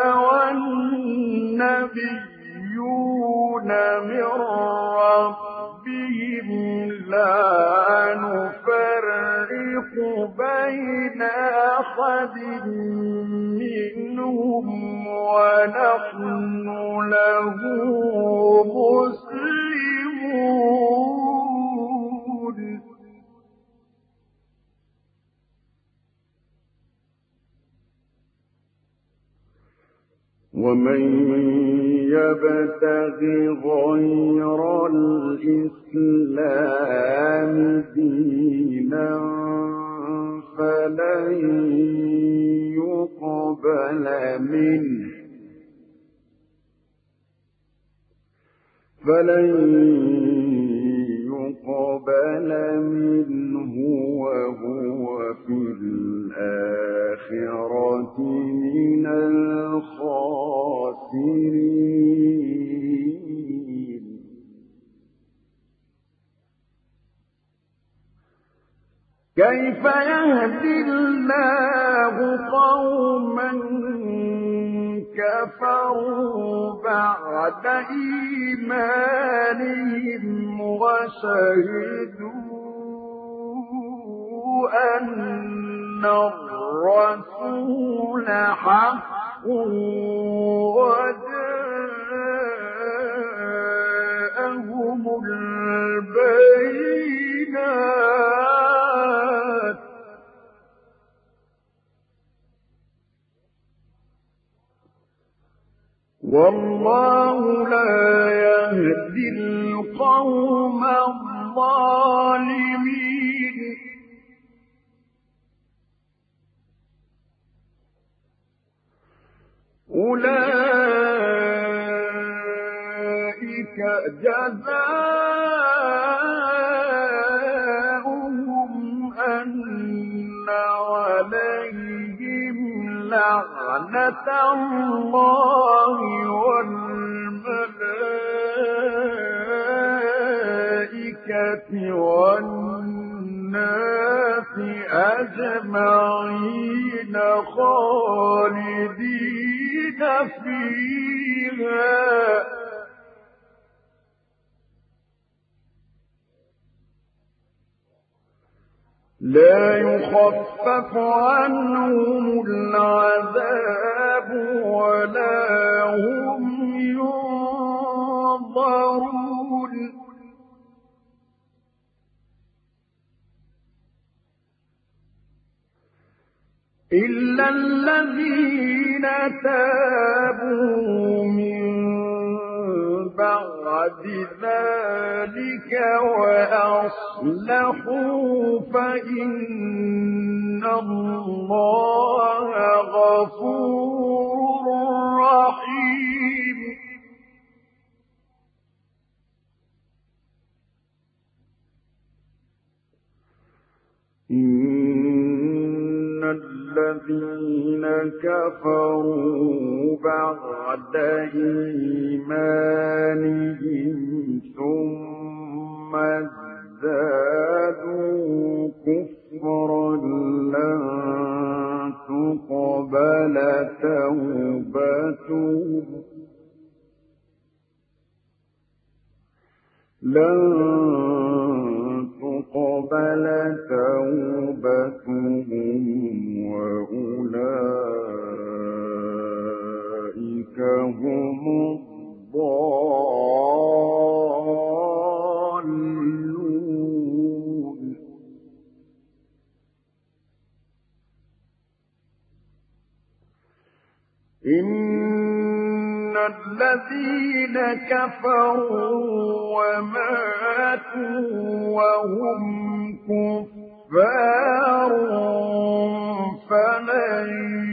والنبيون من ربهم لا نفرق بين أحد منهم ونحن له مسلمون ومن يبتغ غير الإسلام دينا فلن يقبل منه وهو في الآخرة من الخاسرين كيف يهدي الله قوما كفروا بعد إيمانهم وشهدوا أن الرسول حق وجاءهم البينات والله لا يهدي القوم الظالمين أولئك جزاؤهم أن عليهم لعنة الله والملائكة والناس أجمعين خالدين فيها لا يخفف عنهم العذاب ولا هم ينظرون إلا الذين تابوا من بعد ذلك وأصلحوا فإن الله غفور رحيم إن الذين كفروا بعد إيمانهم ثم ازدادوا كفرا لن تقبل توبتهم وأولئك هم الظالمون الذين كفروا وماتوا وهم كفار فلن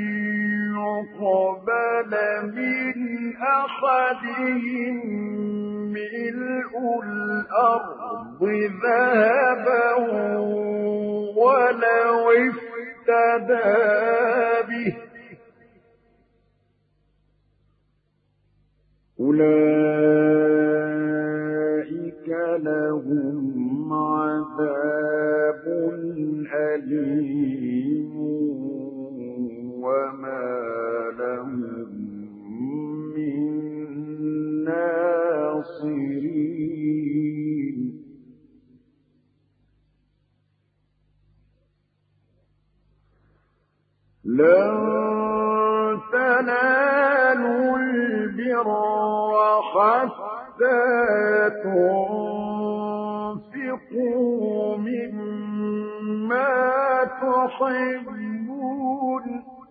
يقبل من أحدهم ملء الأرض ذهبا ولو افتدى به أولئك لهم عذاب أليم وما لهم من ناصرين لن تنالوا البر حتى تنفقوا مما تحبون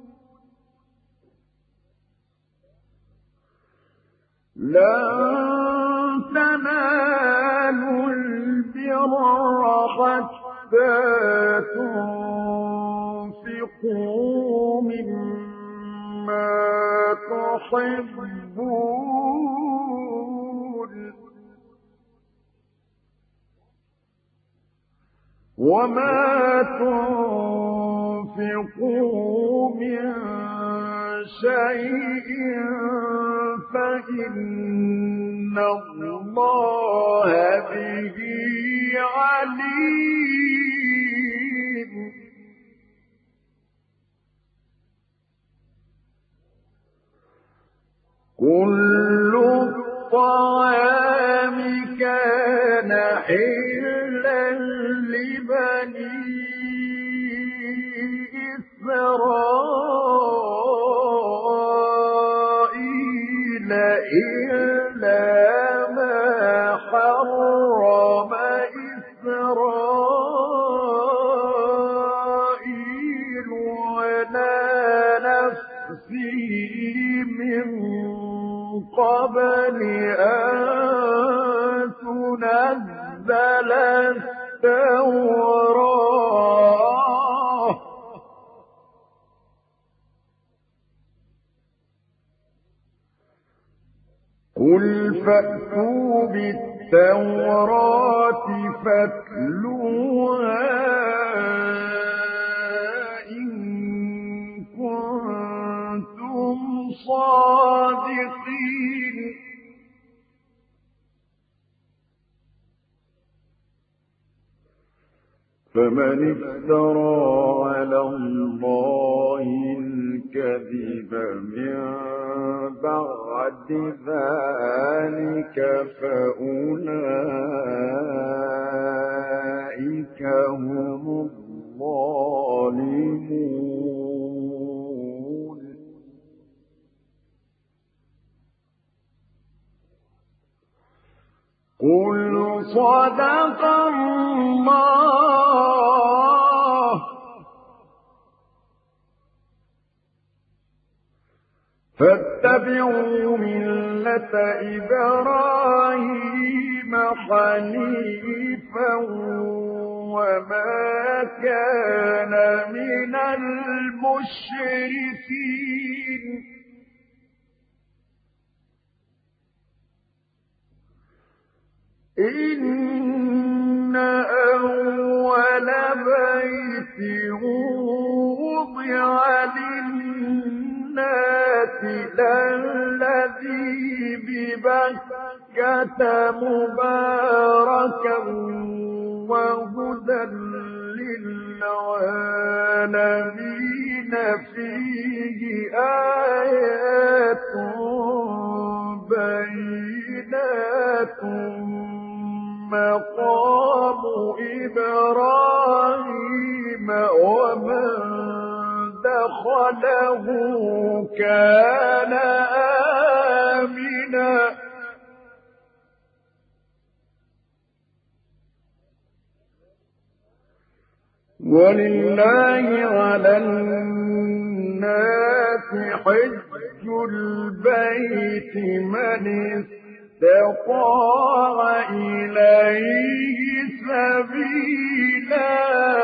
لن تنالوا البر حتى تنفقوا مما تحبون وما تنفقوا من شيء فإن الله به عليم كل الطعام كان حلا لبني إسرائيل إلا ما حرم إسرائيل على نفسه من قبل أن تنزل التوراة قل فأتوا بالتوراة فاتلوها إن كنتم صادقين فمن افترى على الله الكذب من بعد ذلك فأولئك هم الظالمون قل صدق الله فاتبعوا ملة إبراهيم حنيفا وما كان من المشركين إن أول بيت وضع للناس للذي ببكة مباركا وهدى للعالمين فيه آيات بينات مقام إبراهيم ومن دخله كان آمنا ولله على الناس حج البيت من استطاع إليه سبيلا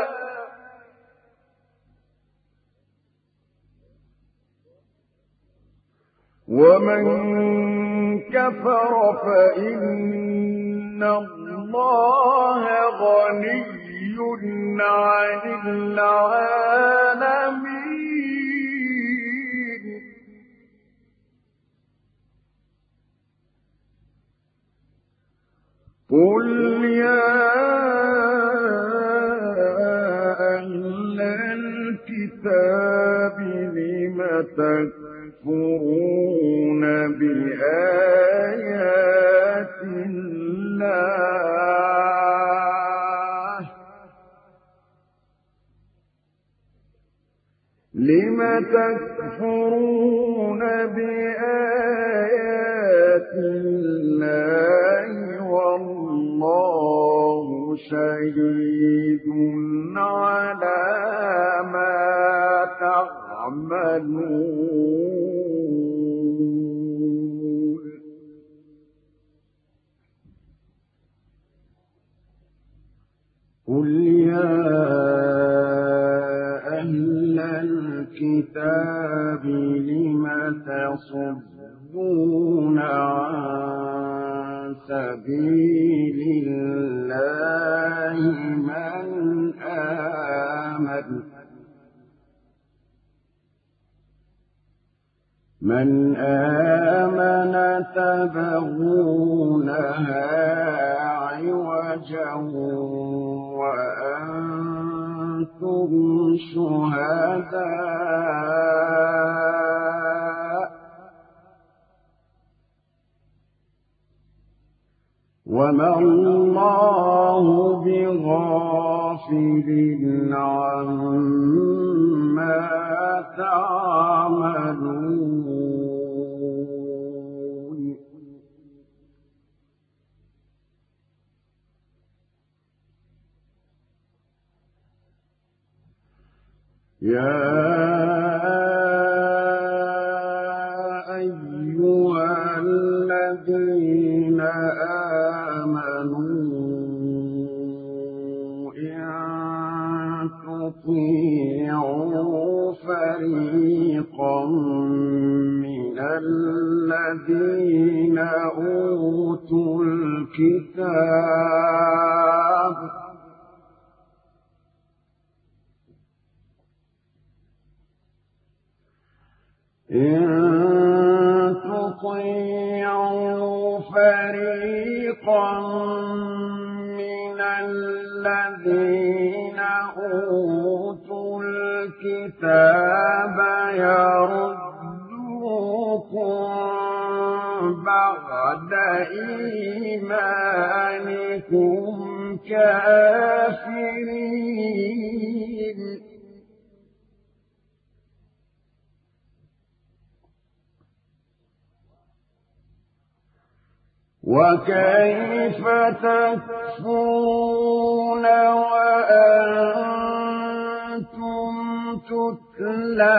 ومن كفر فإن الله غني عن العالمين قل يا أهل الكتاب لم تكفرون بآيات الله لم تكفرون بآيات الله والله شهيد على ما تعملون قل يا أهل الكتاب لم تصدون عن سبيل الله من آمن تبغونها عوجا وأنتم شهداء وما الله بغافل عما تعملون يا أيها الذين آمنوا إن تطيعوا فريقا من الذين أوتوا الكتاب إن تطيعوا فريقا من الذين أوتوا الكتاب يردوكم بعد إيمانكم كافرين وكيف تكفرون وأنتم تتلى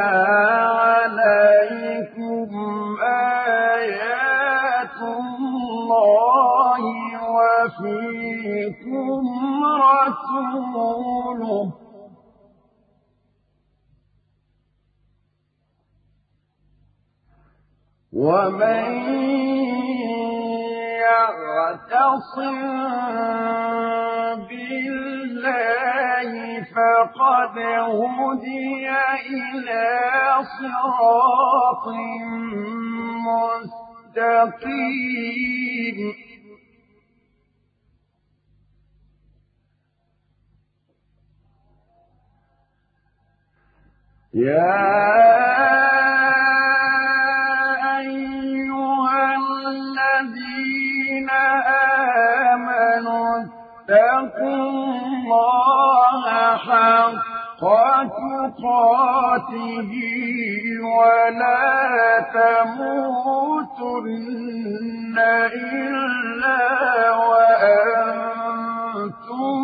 عليكم آيات الله وفيكم رسوله ومن يعتصم بالله فقد هدي إلى صراط مستقيم يا اتقوا الله حق تقاته ولا تموتن إلا وأنتم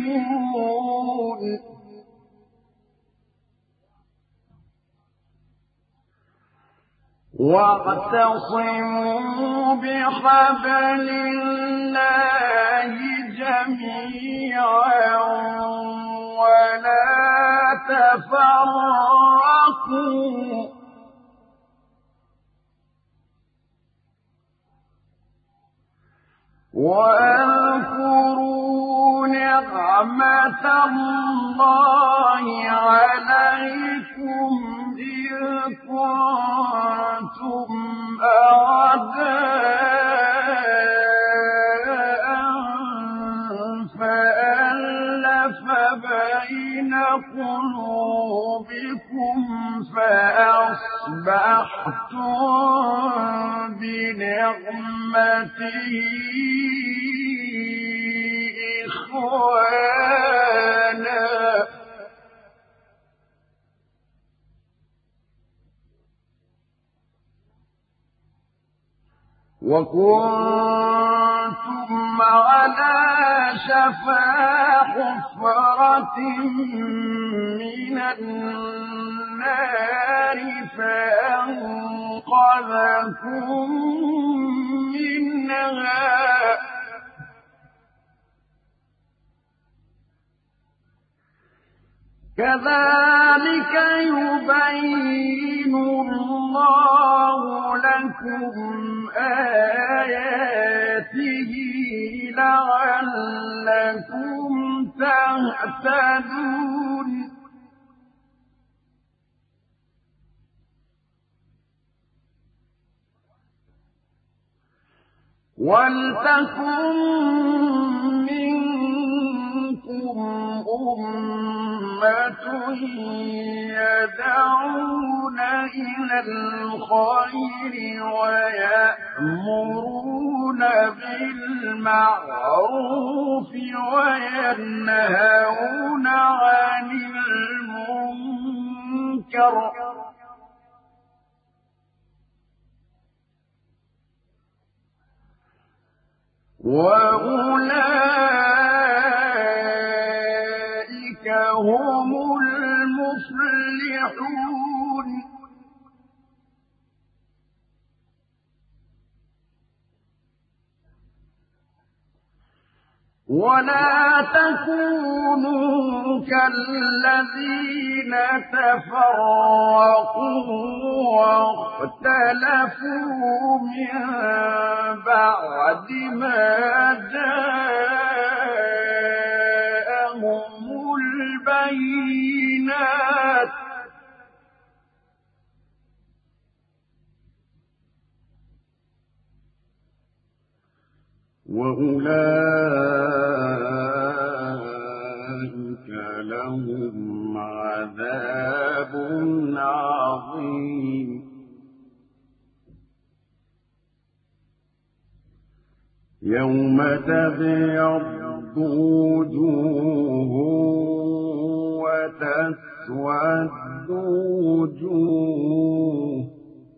مسلمون واعتصموا بحبل الله جميعا ولا تفرقوا واذكروا نعمة الله عليكم إذ كنتم أعداء فألف بين قلوبكم فأصبحتم بنعمته إخوانا وكنتم على شفا حفرة من النار فأنقذكم منها كذلك يبين الله لكم آياته لعلكم تهتدون ولتكن منكم أمة يدعون إلى الخير ويأمرون بالمعروف وينهون عن المنكر وأولئك هم المفلحون ولا تكونوا كالذين تفرقوا واختلفوا من بعد ما جاءهم البينات وأولئك لهم عذاب عظيم يوم تبيض وجوه وتسود وجوه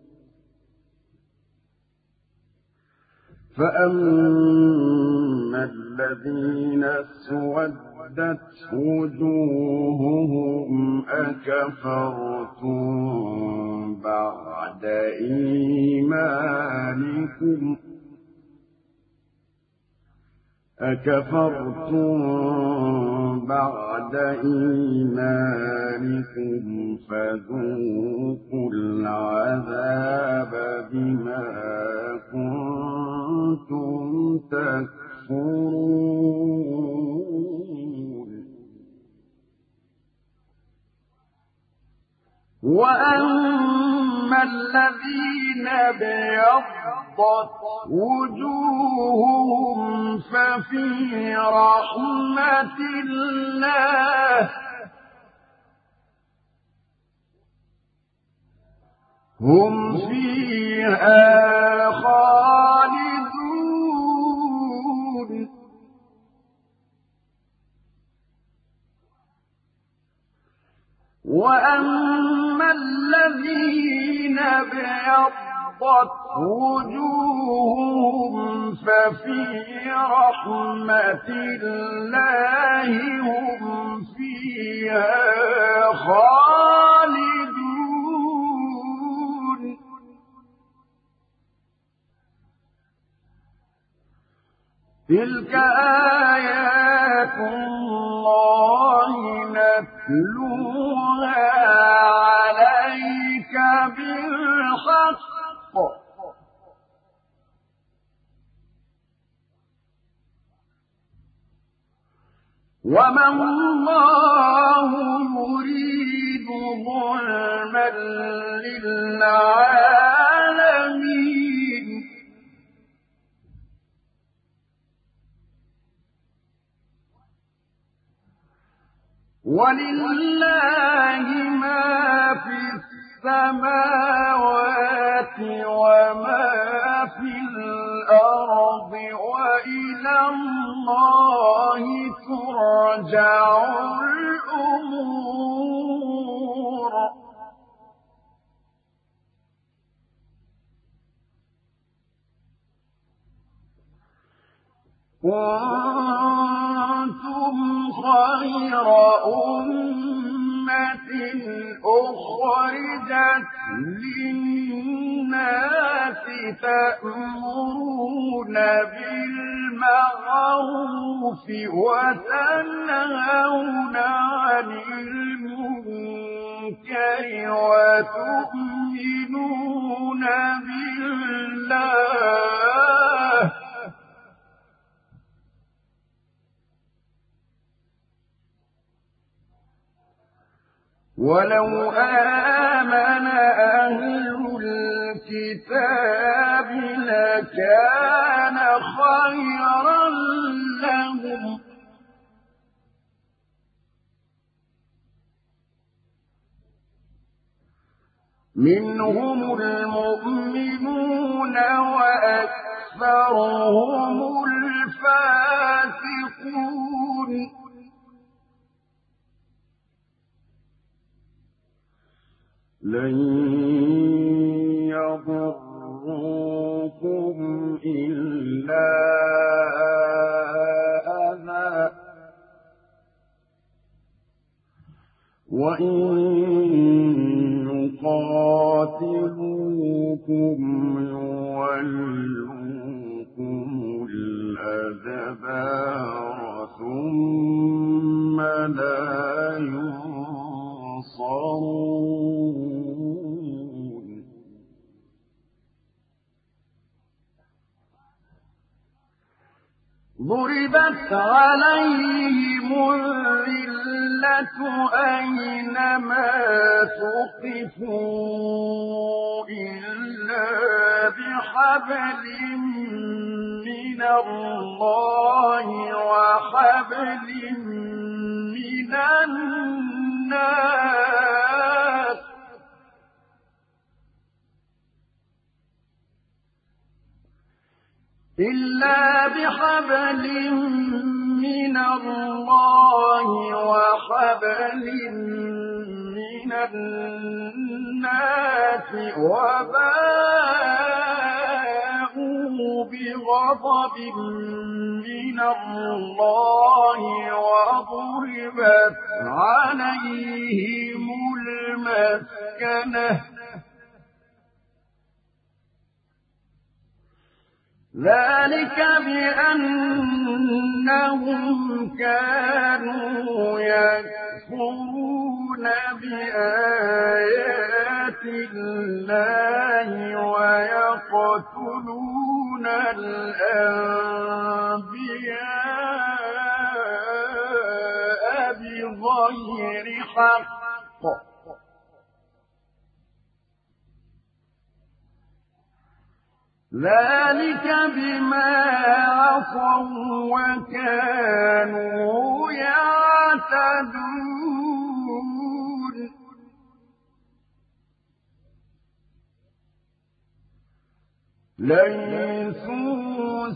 فأما الذين اسودت وجوههم أكفرتم بعد إيمانكم فذوقوا العذاب بما كنتم تكفرون وأما الذين ابيضت وجوههم ففي رحمة الله هم فيها خالدون وأما الذين ابيضت وجوههم ففي رحمة الله هم فيها خالدون تلك آيات الله نتلوها عليك بالحق وما الله يريد ظلما للعالمين ولله ما في السماوات وما في الأرض وإلى الله ترجع الأمور كنتم خير أمة أخرجت للناس تأمرون بالمعروف وتنهون عن المنكر وتؤمنون بالله ولو آمن أهل الكتاب لكان خيرا لهم منهم المؤمنون وأكثرهم الفاسقون لن يضروكم إلا أذى وإن يقاتلوكم يولوكم الأدبار ثم لا ينصرون ضربت عليهم الذلة أينما ثقفوا إلا بحبل من الله وحبل من الناس إلا بحبل من الله وحبل من الناس وباءوا بغضب من الله وضربت عليهم المسكنة ذلك بأنهم كانوا يكفرون بآيات الله ويقتلون الأنبياء بغير حق ذلك بما عصوا وكانوا يعتدون ليسوا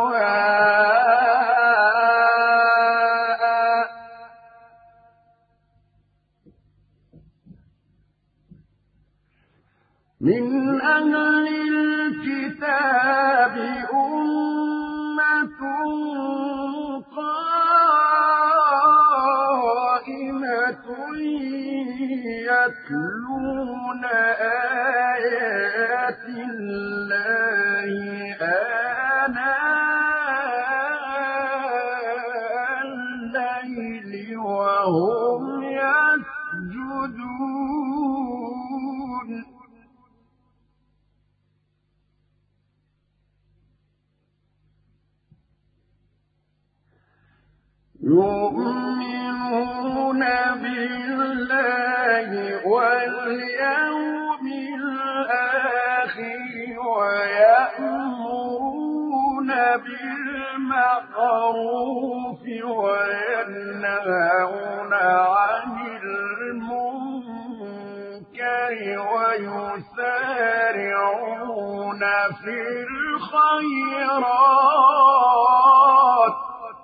سواء من أهل الكتاب أمة قائمة يتلون آيات الله آناء وهم يسجدون يؤمنون بالله واليوم الآخر ويأمرون بالمعروف وينهون عن المنكر ويسارعون في الخيرات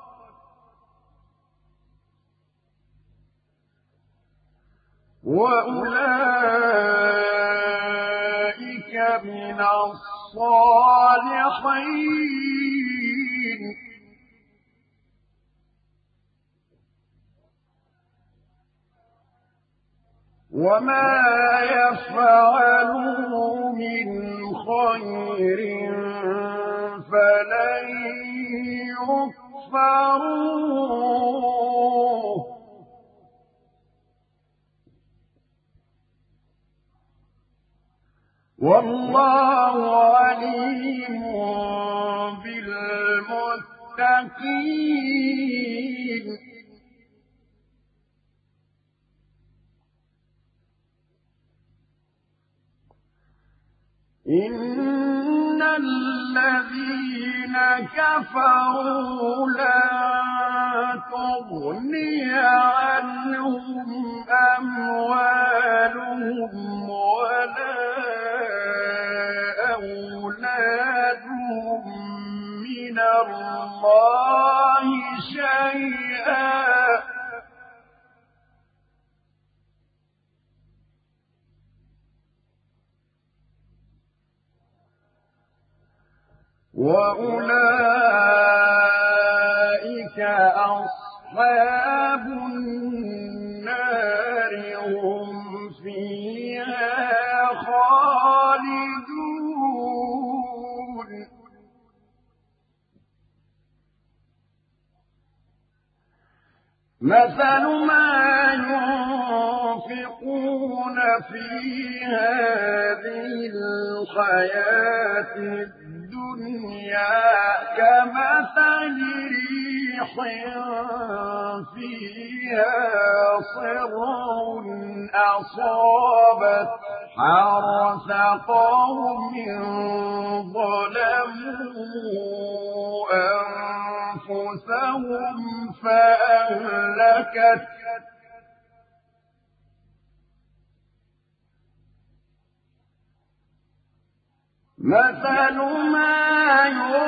وأولئك من الصالحين وما يفعلوا من خير فلن يكفروه والله عليم بالمتقين إن الذين كفروا لا تغني عنهم أموالهم ولا أولادهم من الله شيئا وأولئك أصحاب النار هم فيها خالدون مثل ما ينفقون في هذه الحياة الدنيا كمثل ريح فيها صر أصابت حرث قوم ظلموا أنفسهم فأهلكت مثل ما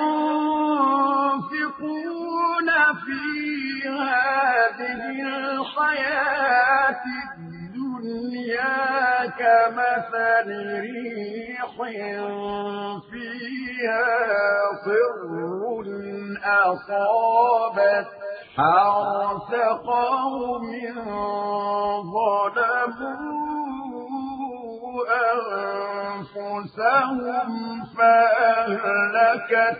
ينفقون في هذه الحياة الدنيا كمثل ريح فيها صر أصابت حرث قوم ظلموا أنفسهم فأهلكت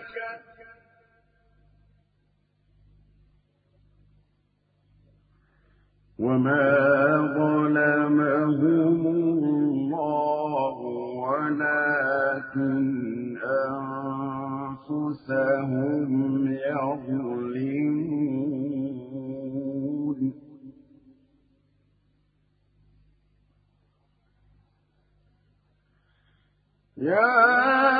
وما ظلمهم الله ولكن أنفسهم يظلمون يا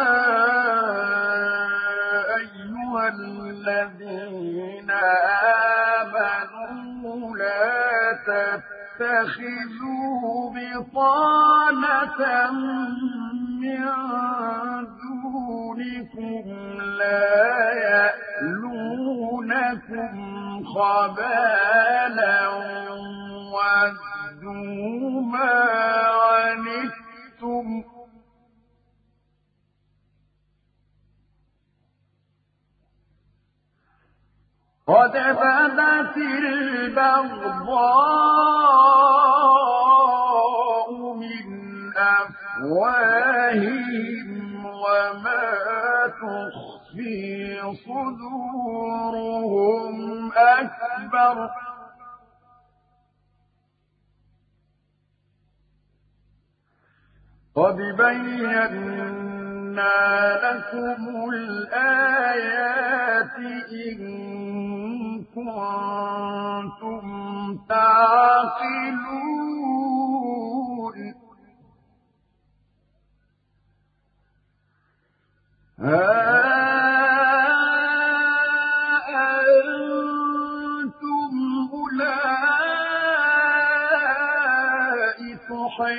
أيها الذين آمنوا لا تتخذوا بطانة من دونكم لا يألونكم خبالا ودوا ما عنتم قد بدت البغضاء من أفواههم وما تخفي صدورهم أكبر قد بينا لكم الآيات إن كنتم تعقلون ها أنتم أولئك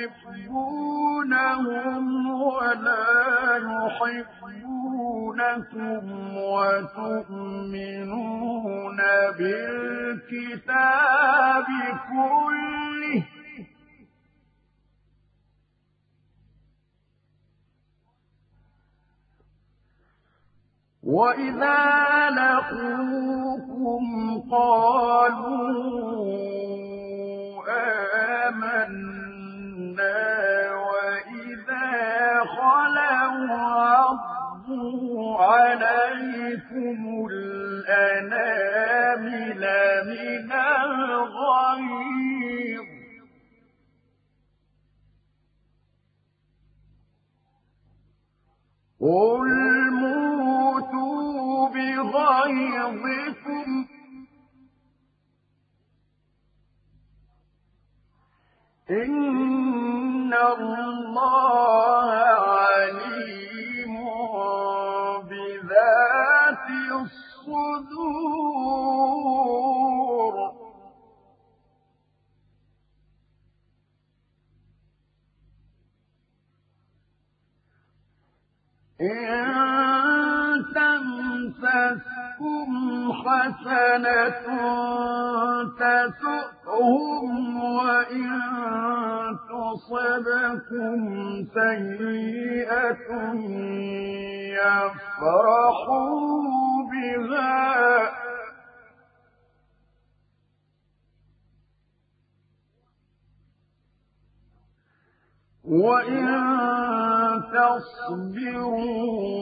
تحبونهم ولا يحبونكم وتؤمنون بالكتاب كله وإذا لقوكم قالوا آمنا وإذا خلوا عضوا عليكم الأنامل من الغيظ قل موتوا بغيظكم إن الله عليم بذات الصدور إن تمسسكم حسنة تسؤهم وإن تصبكم سيئة يفرحوا بها وإن تصبروا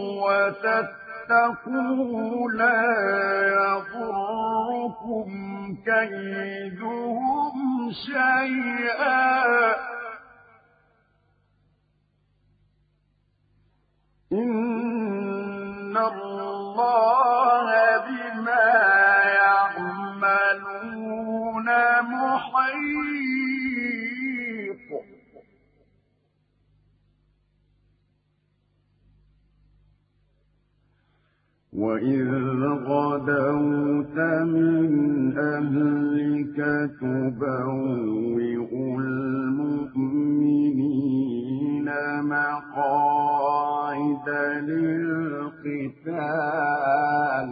وتتقوا لا يضركم كيدهم شيئا إن الله بما يعملون محيط وإذ غدوت من أهلك تبوئ المؤمنين مقاعد للقتال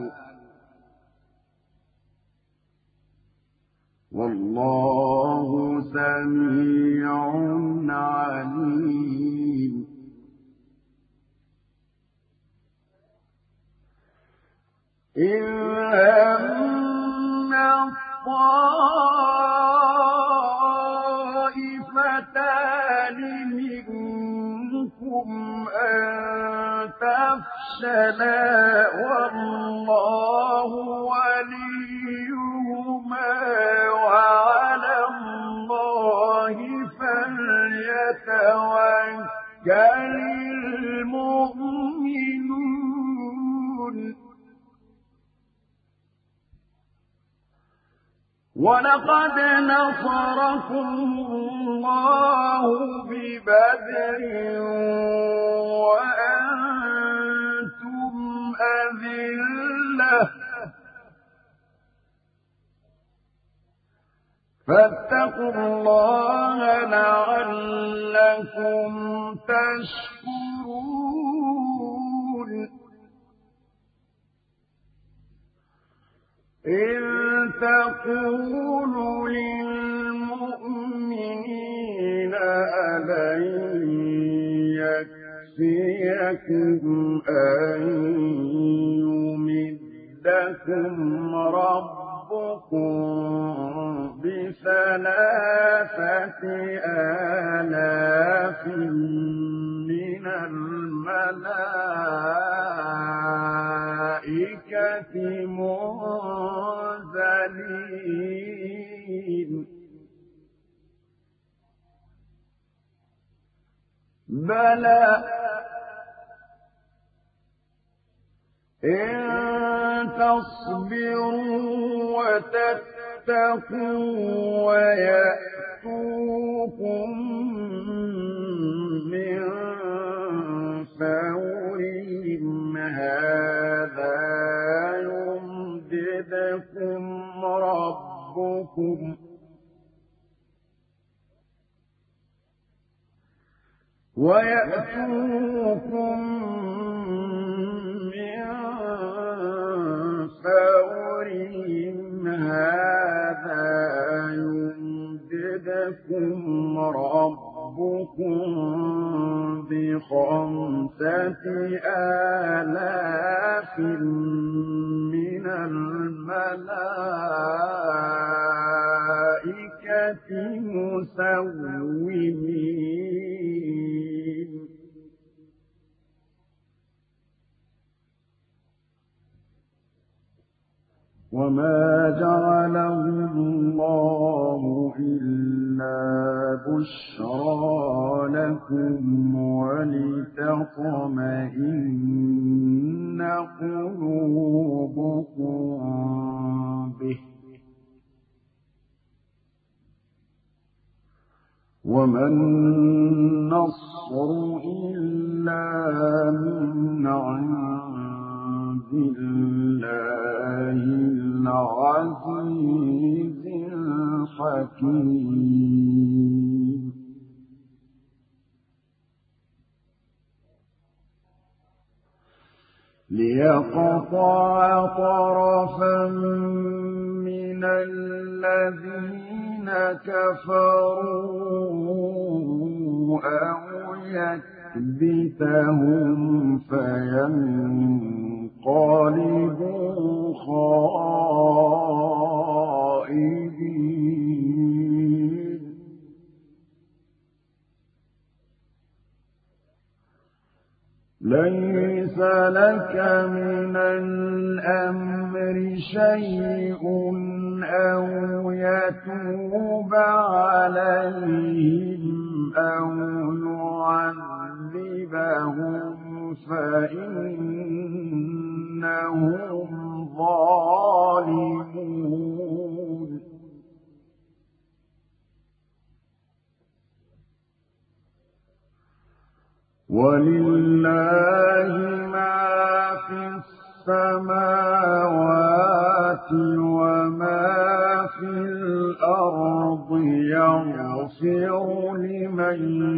والله سميع عليم إذ هم الطائفتان منكم أن تفشلا والله وليهما وعلى الله فليتوكل المؤمنون ولقد نصركم الله ببدر وأنتم أذلة فاتقوا الله لعلكم تشكرون إذ تقول للمؤمنين ألن يكفيكم أن يمدكم ربكم ب3,000 من الملائكة منزلين بلى إن تصبروا وتتقوا ويأتوكم من فورهم هذا يمددكم ربكم ويأتوكم من فورهم هذا يمددكم ربكم ب5,000 من الملائكة مسومين وما جعله الله إلا بشرى لكم ولتطمئن قلوبكم به وما النصر إلا من عند الله العزيز الحكيم ليقطع طرفا من الذين كفروا أو يكبتهم فينقلبوا خائبين ليس لك من الأمر شيء أو يتوب عليهم أو يعذبهم فإنهم ظالمون ولله ما في السماوات وما في الأرض يغفر لمن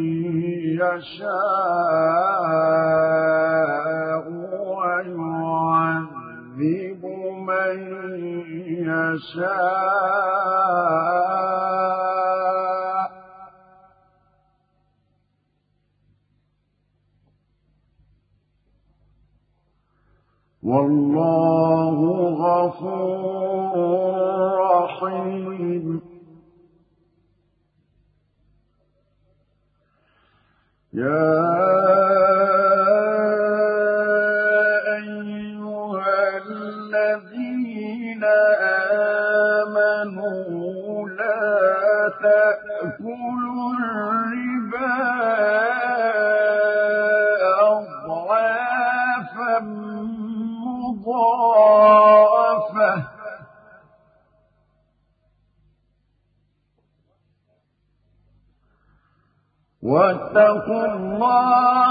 يشاء ويعذب من يشاء والله غفور رحيم يا أيها الذين آمنوا لا تأكلوا الربا أضعافا مضاعفة واتقوا الله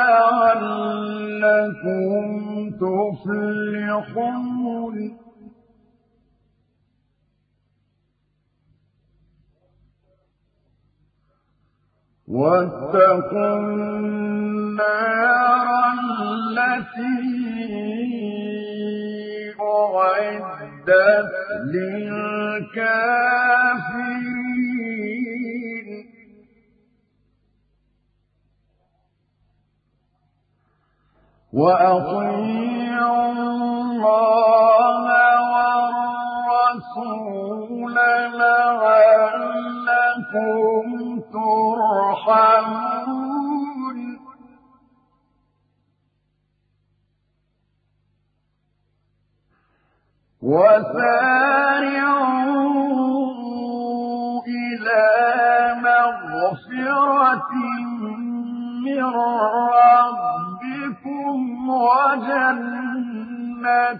لعلكم تفلحون واتقوا النار التي أعدت للكافرين وأطيعوا الله والرسول لعلكم ترحمون وسارعوا إلى مغفرة من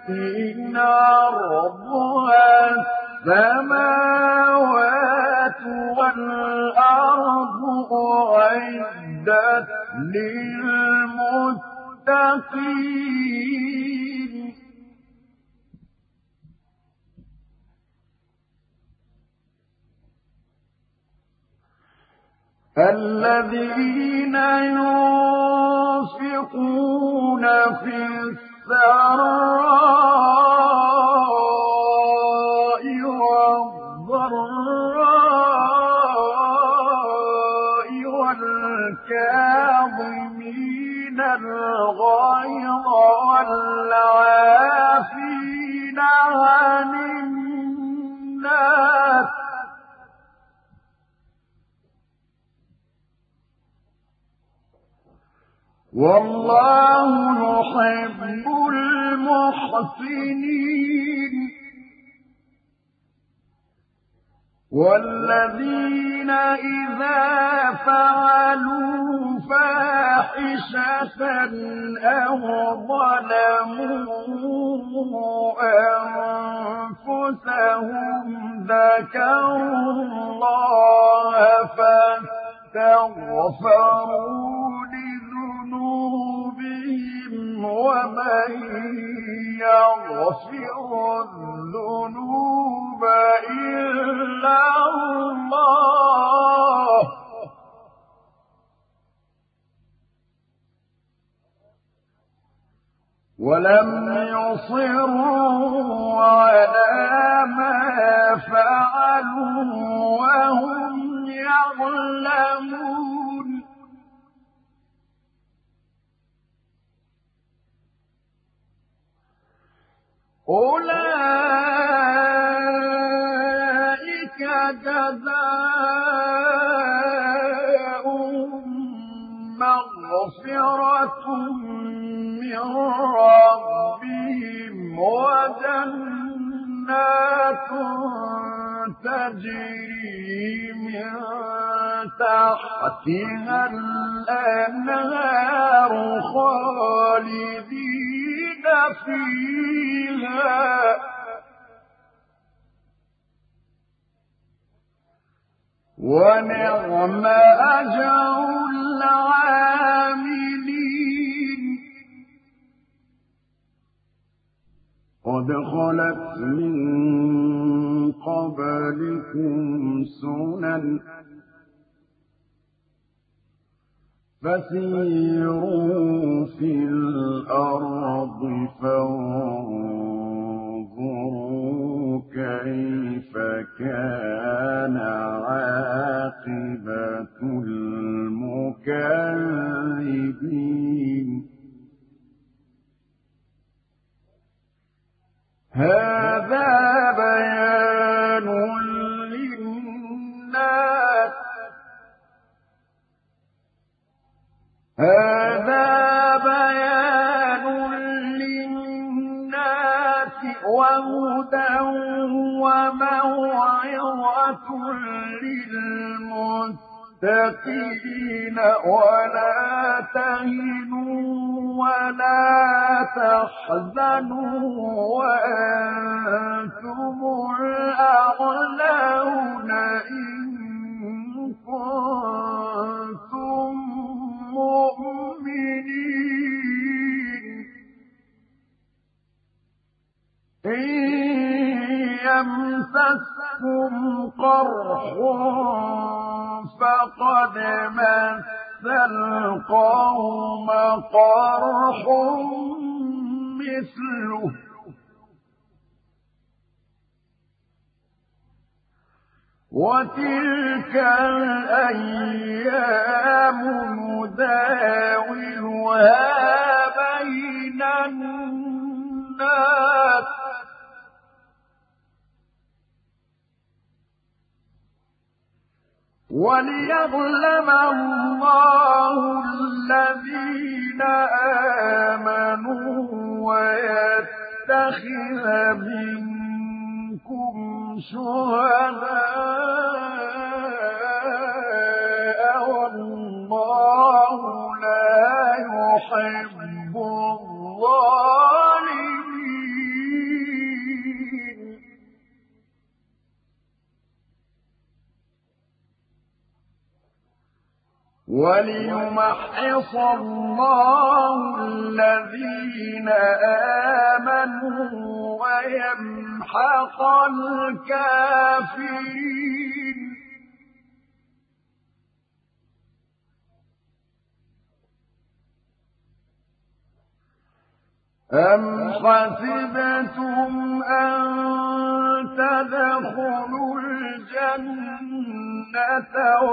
عرضها السماوات والأرض أعدت للمتقين الذين ينفقون في السراء والضراء والكاظمين الغيظ والعافين عن الناس والله يحب المحسنين والذين إذا فعلوا فاحشة أو ظلموا أنفسهم ذكروا الله فاستغفروا لذنوبهم ومن يغفر الذنوب إلا الله ولم يصروا على ما فعلوا وهم يعلمون أولئك جزاؤهم مغفرة من ربهم وجنات تجري من تحتها الأنهار خالدين فيها ونعم أجر العاملين قد خلت من قبلكم سنن فسيروا في الأرض فانظروا كيف كان عاقبة المكذبين هذا بيان للناس وهدى وموعظة للمتقين ولا تهنوا ولا تحزنوا وأنتم الأعلون إن كنتم مؤمنين إن يمسسكم قرح فقد مس القوم قرح مثله وتلك الأيام نداولها بين الناس وليظلم الله الذين آمنوا ويتخذ منكم شهداء والله لا يحب الظالمين وليمحص الله الذين آمنوا ويمحق الكافرين. أم حسبتم أن تدخلوا الجنة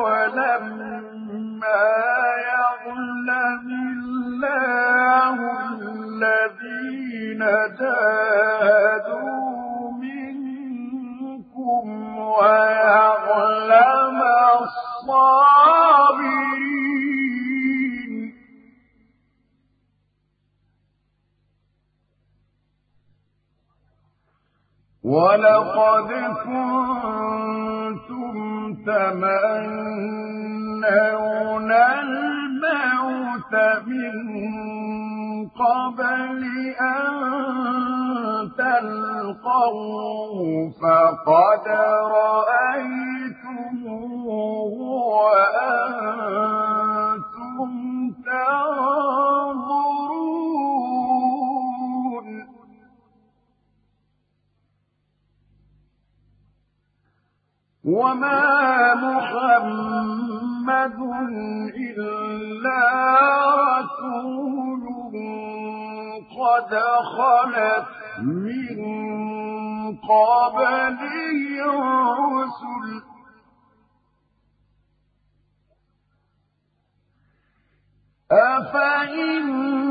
ولما يعلم الله الذين جاهدوا منكم ويعلم الصابرين. ولقد كنتم تمنون الموت من قبل أن تلقوه فقد رأيتموه وأنتم تنظرون. وما محمد إلا رسول قد خلت من قبله الرسل أفإن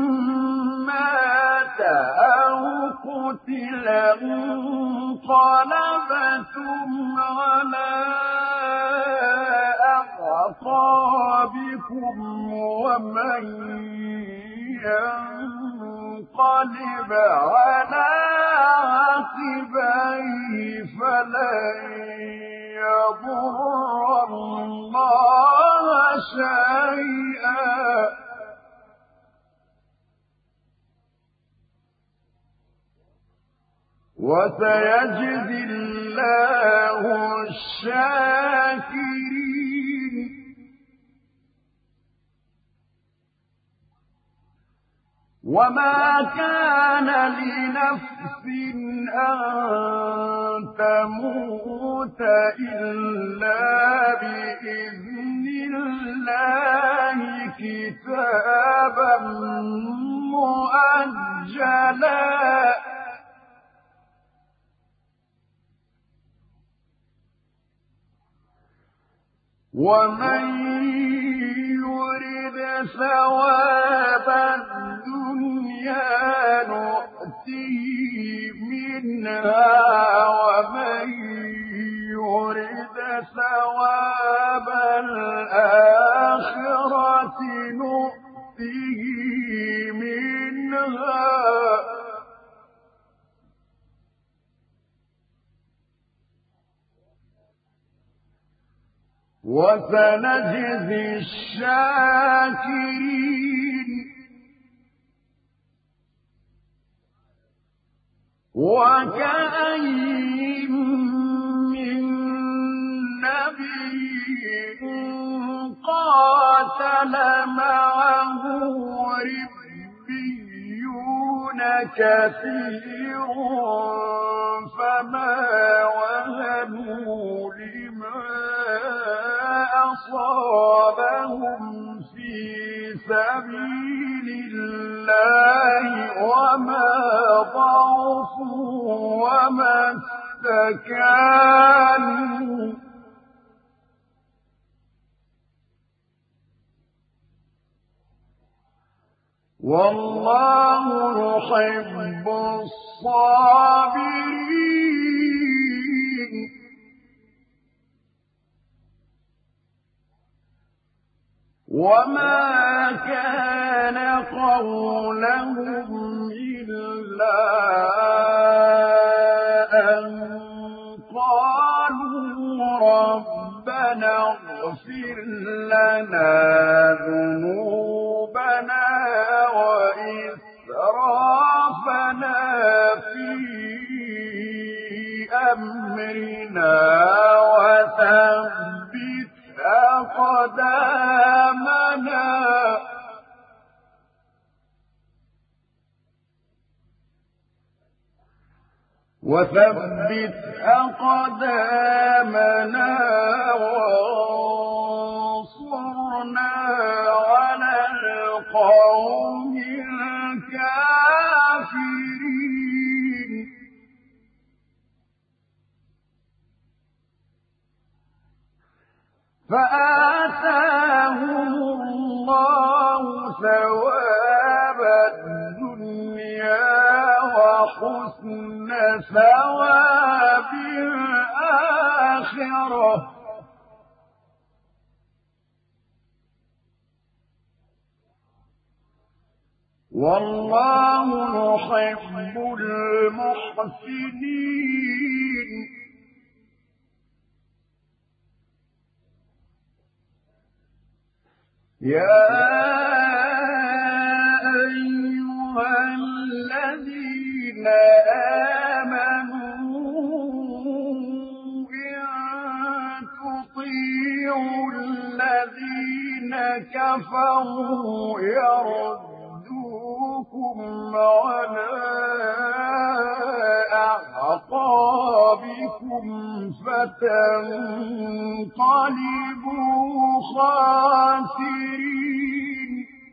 مات أو قتل انقلبتم على أعقابكم ومن ينقلب على عقبيه فلن يضر الله شيئا وسيجزي الله الشاكرين. وما كان لنفس أن تموت إلا بإذن الله كتابا مؤجلا ومن يرد ثواب الدنيا نؤته منها ومن يرد ثواب الآخرة نؤته منها وسنجزي الشاكرين. وكأين من نبي قاتل معه ربيون كثير فما وهنوا لما أصابهم في سبيل الله وما ضعفوا وما استكانوا والله يحب الصابرين. وما كان قولهم إلا أن قالوا ربنا اغفر لنا ذنوبنا وإسرافنا في أمرنا وثبت أقدامنا وثبت أقدامنا وانصرنا على القوم الكافرين فآتاهم الله ثواب الدنيا وحسن ثواب الآخرة والله يحب المحسنين يا أيها الذين آمنوا إن تطيعوا الذين كفروا يردوكم على أعقابكم فتنقلبوا خاسرين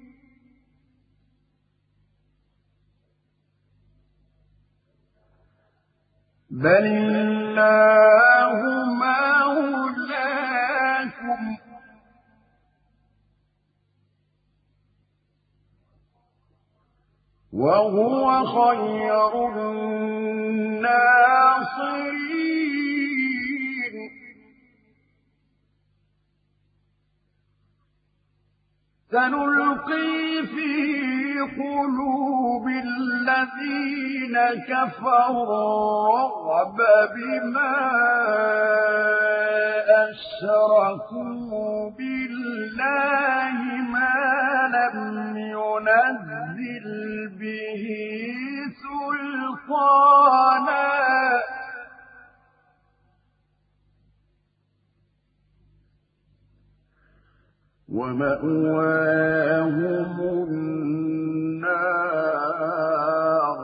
بل الله مولاكم وهو خير الناصرين سنلقي في قلوب الذين كفروا الرعب بما أشركوا بالله ما لم ينزل به سلطانا ومأواهم النار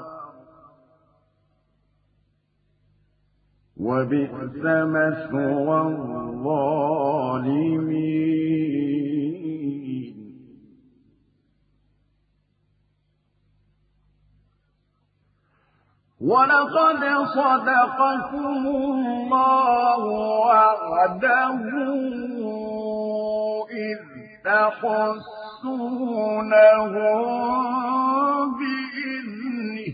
وبئس مثوى الظالمين ولقد صدقكم الله وعده إذ تحسونهم بإذنه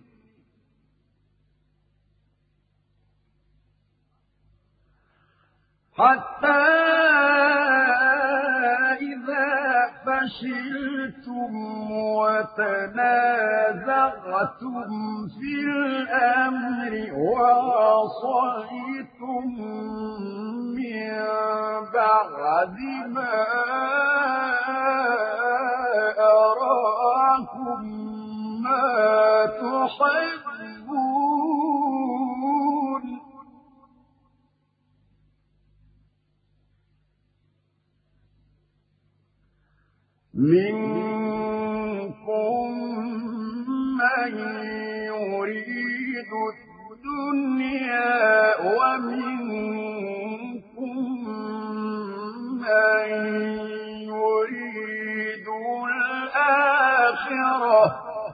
حتى إذا فشلتم وتنازعتم في الأمر وعصيتم من بعد ما أراكم ما تحبون منكم من يريد الدنيا ومنكم من يريد الآخرة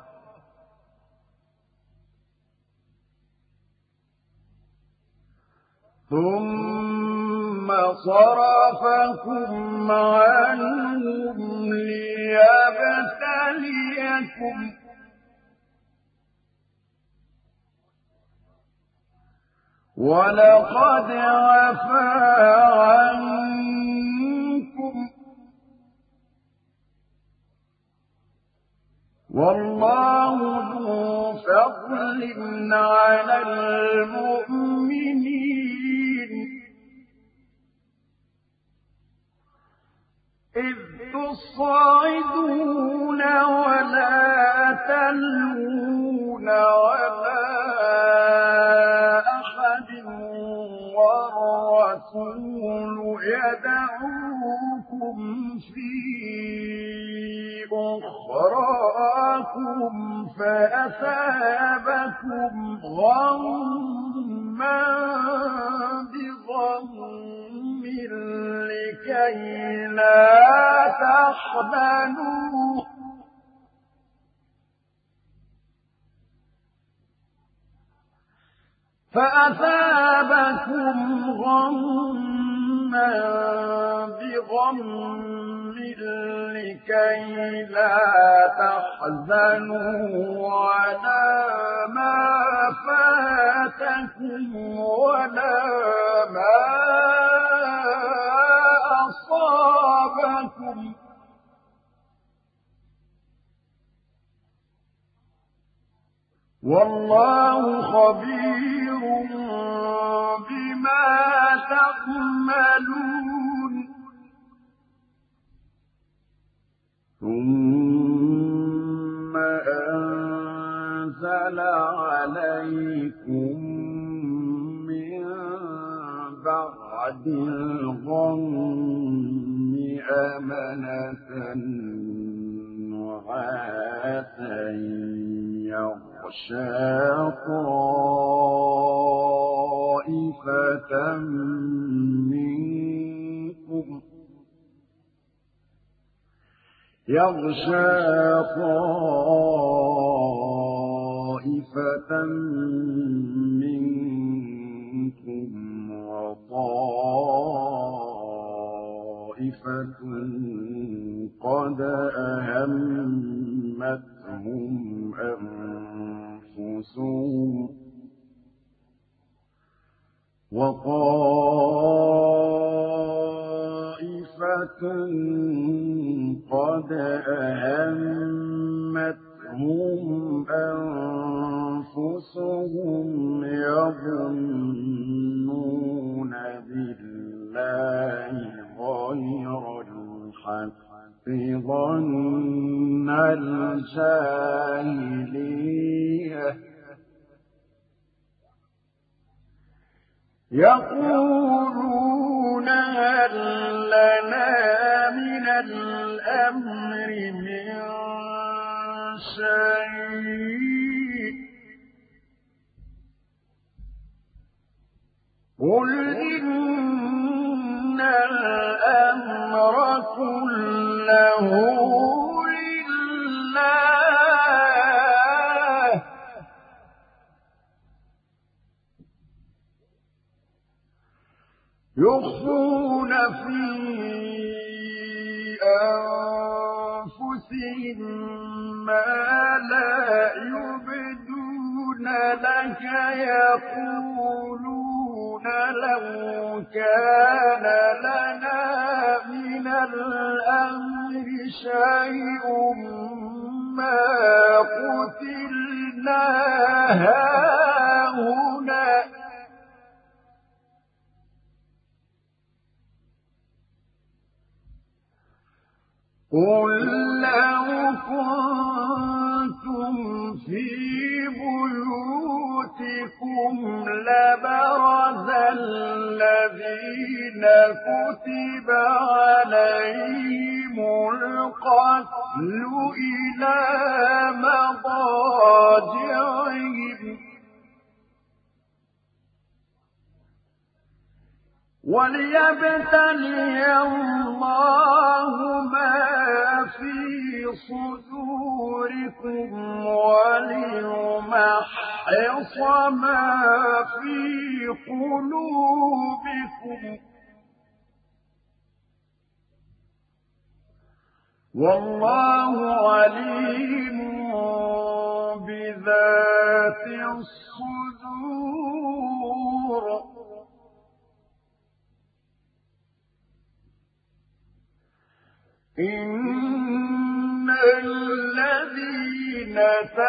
ثم صرفكم عنهم ليبتليكم ولقد عفا عنكم والله ذو فضل على المؤمنين إذ تصعدون ولا تلوون على أحد والرسول يدعوكم في أخراكم أصابكم فأثابكم غما بغم لكي لا تحزنوا فأثابكم غما بغم لكي لا تحزنوا على ما فاتكم ولا ما أصابكم والله خبير بما تعملون ثم أنزل عليكم من بعد الغم أمنة نعاسا يغشى طائفة منكم وطائفة قد أهمتهم أنفسهم وطائفة قد أهمتهم أنفسهم يظنون بالله غير الحق ظن الجاهلية يقولون هل لنا من الأمر من شيء قل إن الأمر كله لله يخفون في أنفسهم ما لا يبدون لك يقولون لو كان لنا من الأمر شيء ما قتلنا هاهنا قل لو كنتم في بيوتكم لبرز الذين كتب عليهم القتل إلى مضاجعهم وليبتلي الله ما في صدوركم وليمحص ما في قلوبكم والله عليم بذات الصدور إن الذين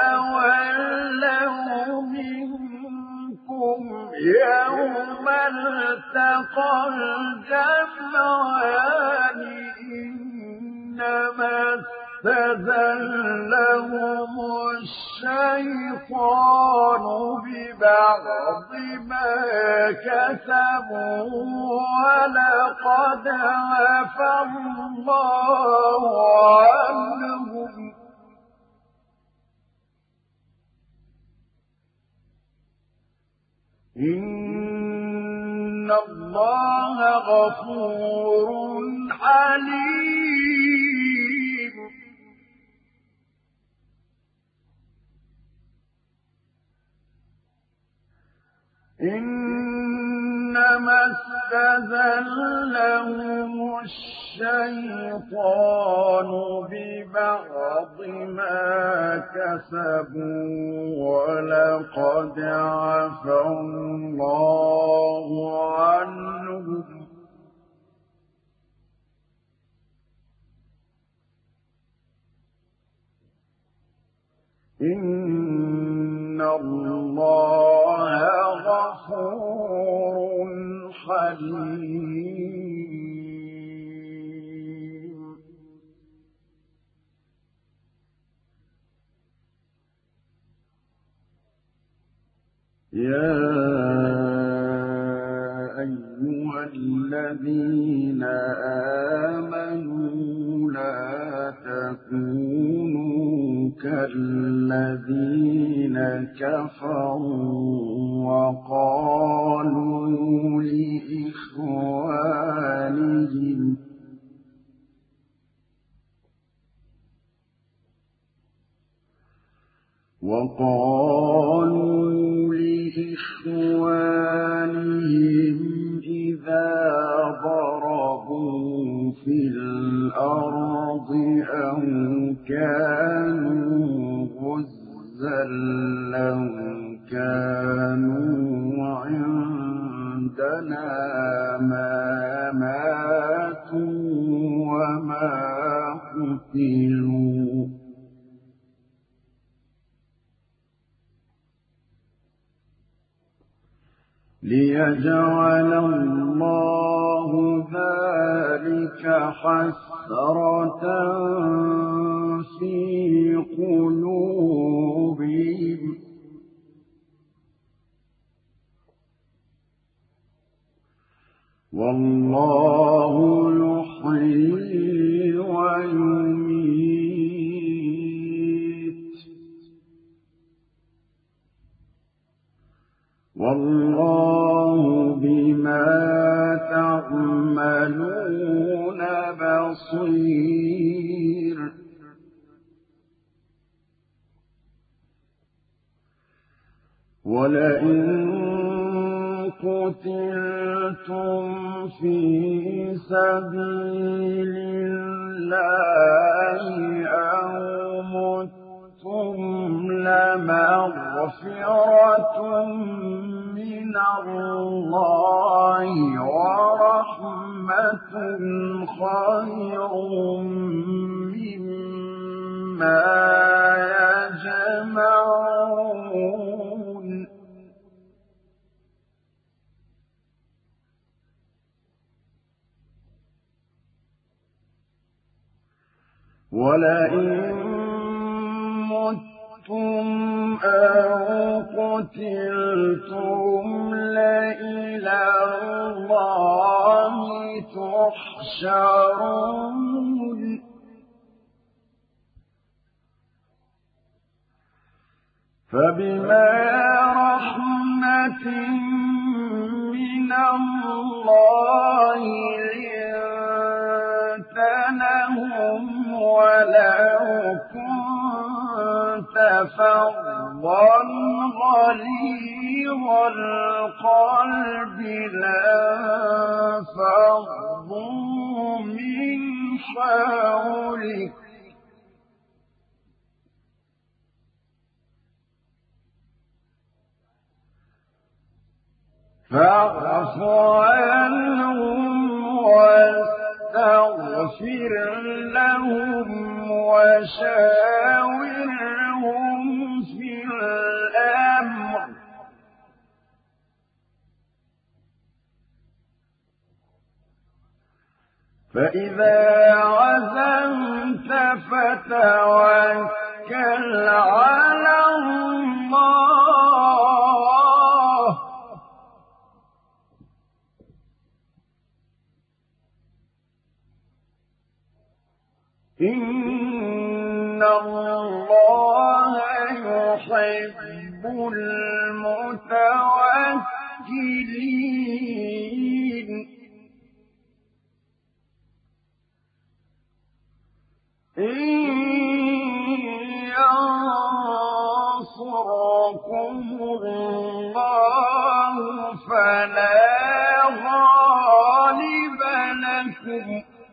تولوا منكم يوم التقى الجمعان إنما استزلهم الشيطان ببعض ما كسبوا ولقد عفا الله عنهم إن الله غفور حليم. إنما استزلهم الشيطان ببعض ما كسبوا ولقد عفا الله عنهم إن الله غفور حليم. يا أيها الذين آمنوا لا تكونوا كالذين كفروا وقالوا لإخوانهم إذا ضربوا في الأرض أو كانوا غزا لو كانوا عندنا ما ماتوا وما قتلوا ليجعل الله ذلك حسرة في قلوبهم والله يحيي ويميت والله بما تعملون بصير. ولئن قتلتم في سبيل الله أو متم لمغفرة من الله ورحمة خير مما يجمعون. ولئن متم أو قتلتم لإلى الله تحشرون. فبما رحمة من الله لنت لهم ولو كنت فظا غليظ القلب لانفضوا من حولك فاعف عنهم واستغفر لهم وشاورهم في الأمر فإذا عزمت فتوكل على الله إن الله يحب المتوكلين. وكيلين إن ينصركم الله فلا غالب لكم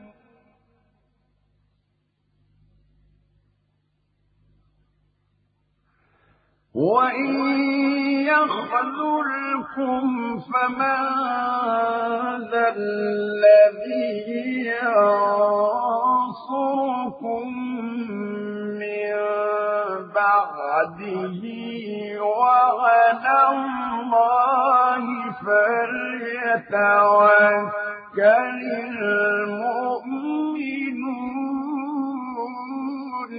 وإن يخذلكم فمن ذا الذي ينصركم من بعده وعلى الله فليتوكل المؤمنون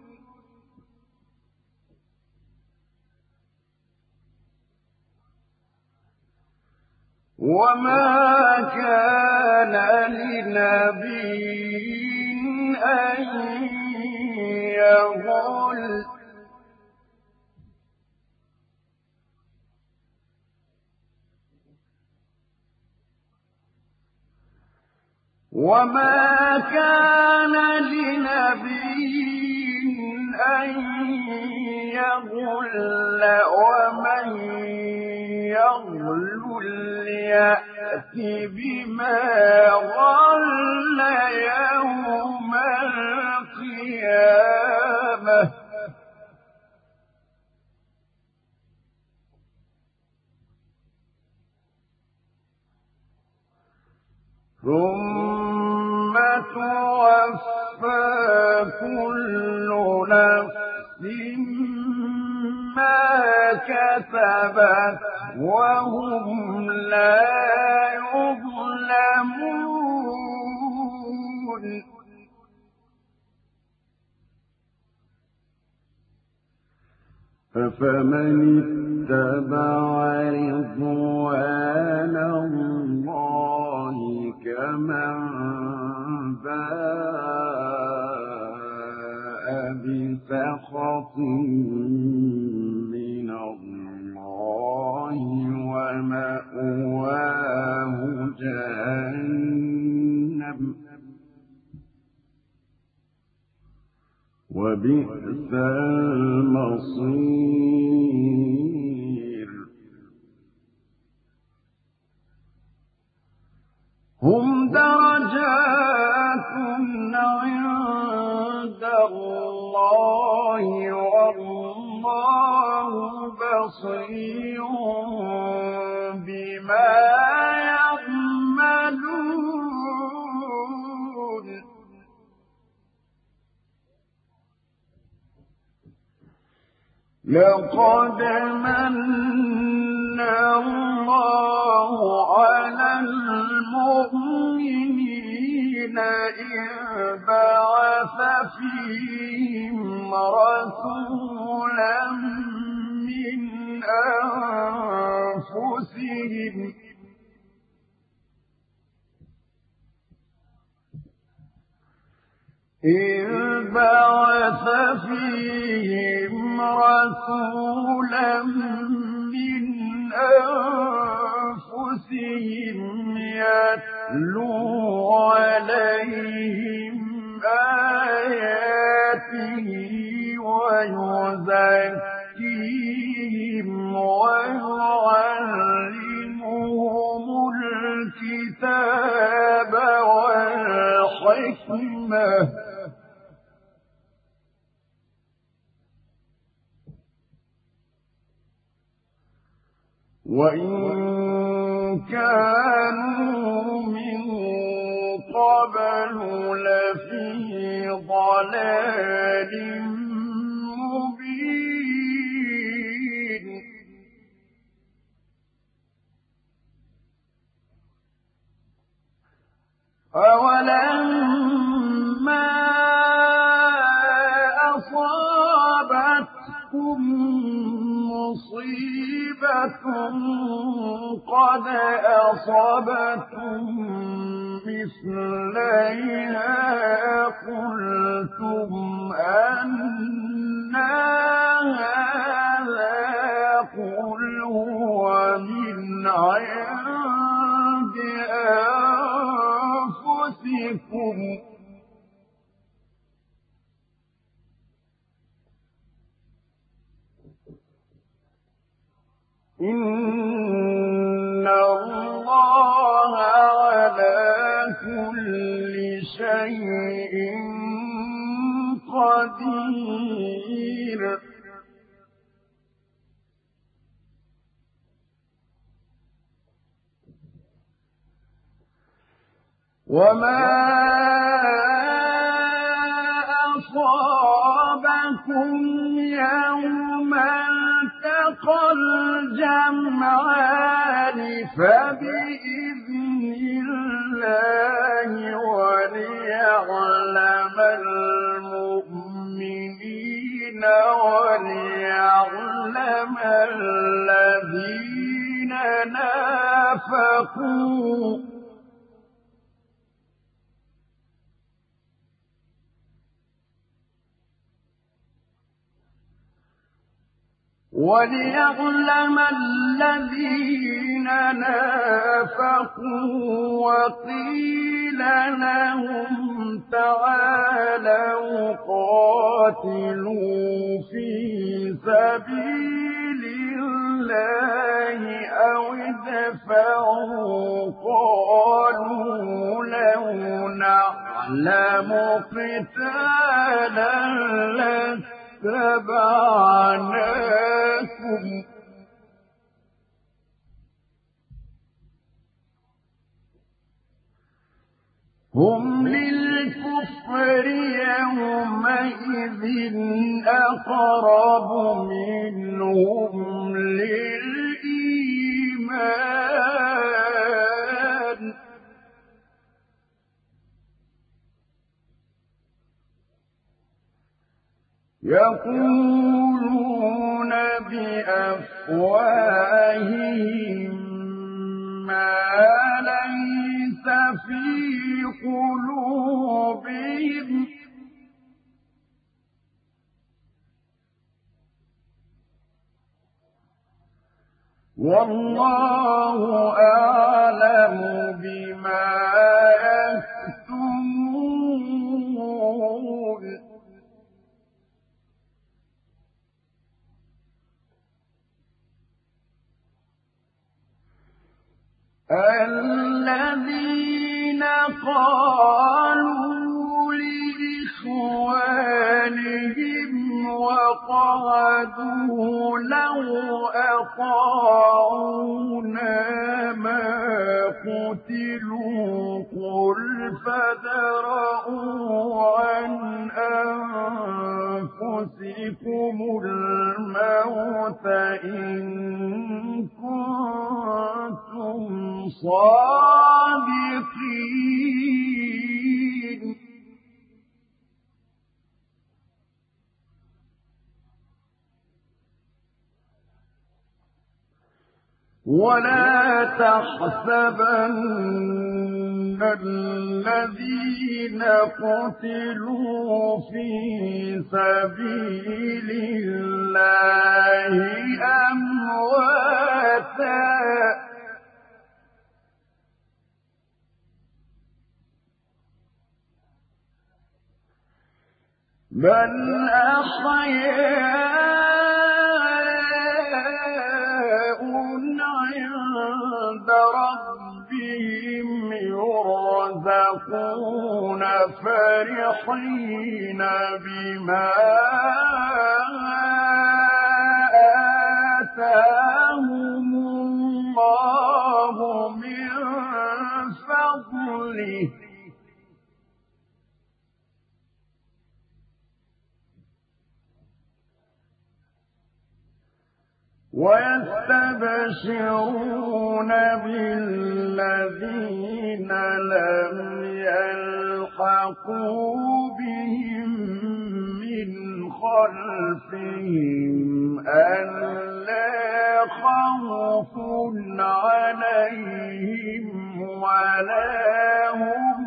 وما كان لنبي أن يغل وما كان لنبي أن يغل ومن يغل يأت بما غل يوم القيامة ثم توفى كل نفس ما كسبت وهم لا يظلمون أفمن اتبع رضوان الله كمن باء بسخط من الله ومأواه جهنم وبئس المصير هم درجات عند الله والله بصير بما يعملون لقد من الله على المؤمنين إذ بعث فيهم رسولا من أنفسهم إذ بعث فيهم رسولا من أنفسهم يتلو عليهم آياته ويزكيهم ويعلمهم الكتاب والحكمة وإن كانوا من قبل لفي ضلال مبين أولما أصابتكم مصيبة قد أصبتم مثليها قلتم أنى هذا قل هو من عند أنفسكم إن الله على كل شيء قدير وما أصابكم يوم التقى الجمعان فبإذن الله وليعلم المؤمنين وليعلم الذين نافقوا وليعلم الذين نافقوا وقيل لهم تعالوا قاتلوا في سبيل الله أو ادفعوا قالوا لو نعلم قتالا لاتبعناكم هم للكفر يومئذ أقرب منهم للإيمان يقولون بأفواههم ما ليس في قلوبهم والله أعلم بما يكتمون الذين قالوا لإخوانهم وقعدوا لو أطاعونا ما قتلوا قل فادرءوا عن أنفسكم الموت إن كنتم صادقين ولا تحسبن الذين قتلوا في سبيل الله أمواتا بل أحياء عند ربهم يرزقون فرحين بما آتاهم الله من فضله ويستبشرون بالذين لم يلحقوا بهم من خلفهم ألا خوف عليهم ولا هم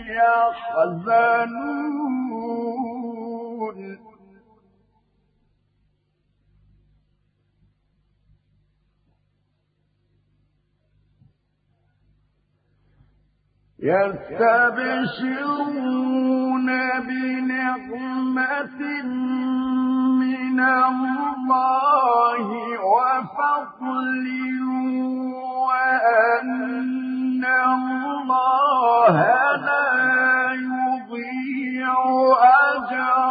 يحزنون يستبشرون بنعمة من الله وفضل وأن الله لا يضيع أجر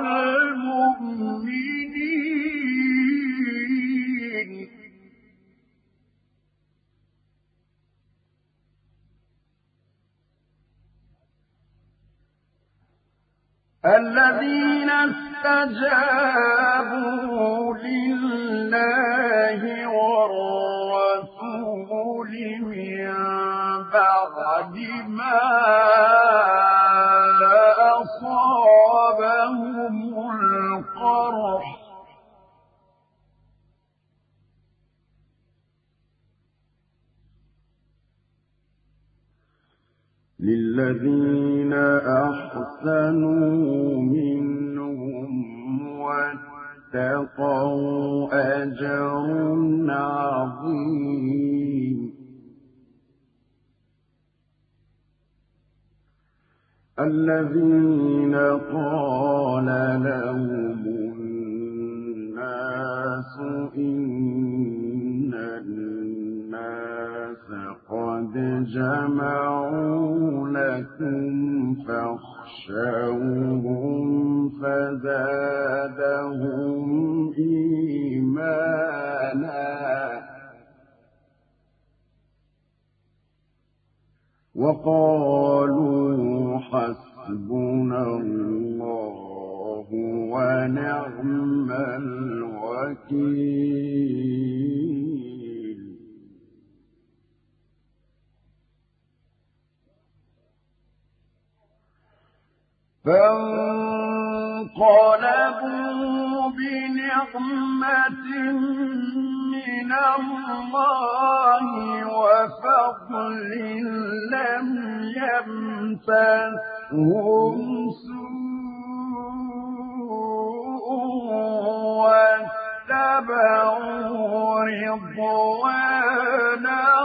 المؤمنين الذين استجابوا لله والرسول من بعد ما أصابهم القرح للذين أحسنوا منهم واتقوا أجر عظيم الذين قال لهم الناس إن الناس قد جمعوا لكم فاخشوهم فزادهم إيمانا وقالوا حسبنا الله ونعم الوكيل فانقلبوا بنعمة من الله وفضل لم يمسسهم سوء واتبعوا رضوان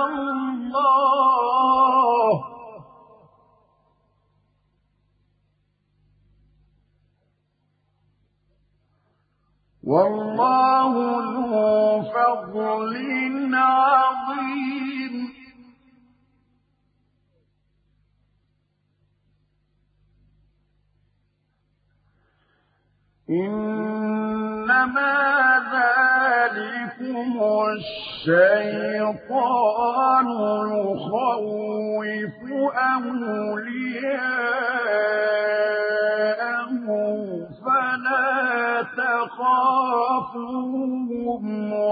الله والله ذو فضل عظيم إنما ذلكم الشيطان يخوف أولياءه فلا تخافوهم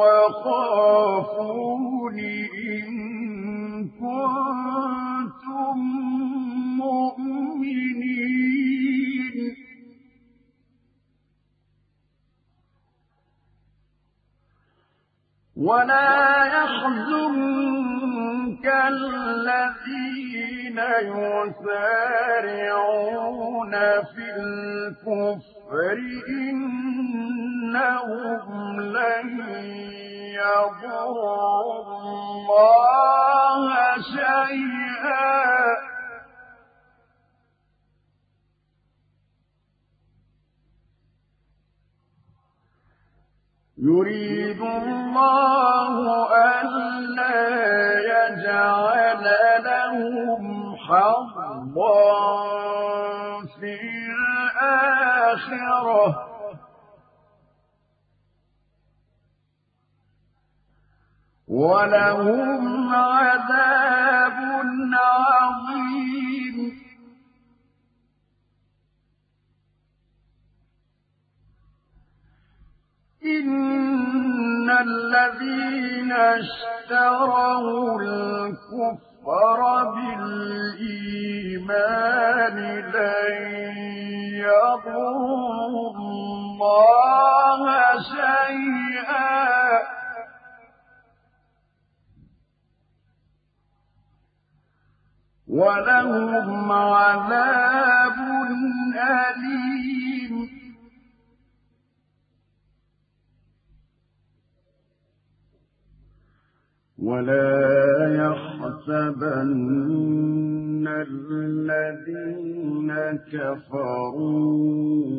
وخافون إن كنتم مؤمنين ولا يحزنك الذين يسارعون في الكفر إنهم لن يضروا الله شيئا يريد الله ألا يجعل لهم حظا في الآخرة ولهم عذاب عظيم إن الذين اشتروا الكفر بالإيمان لن يضروا الله شيئا ولهم عذاب أليم ولا يحسبن الذين كفروا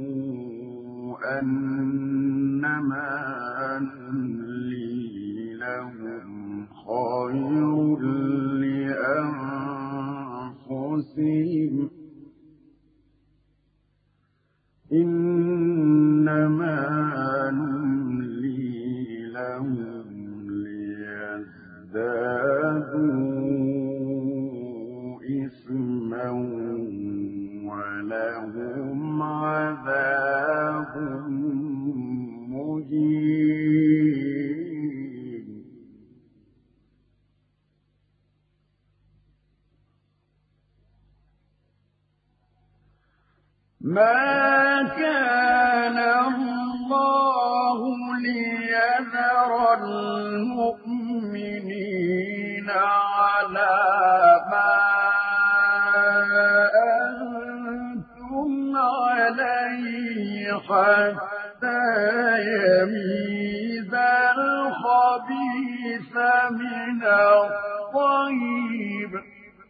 أنما نملي لهم خير لأنفسهم إنما نملي لهم ليزدادوا إثما ولهم عذاب مهين. ما كان الله ليذر المؤمنين على ما أنتم عليه حتى يميز الخبيث من الطيب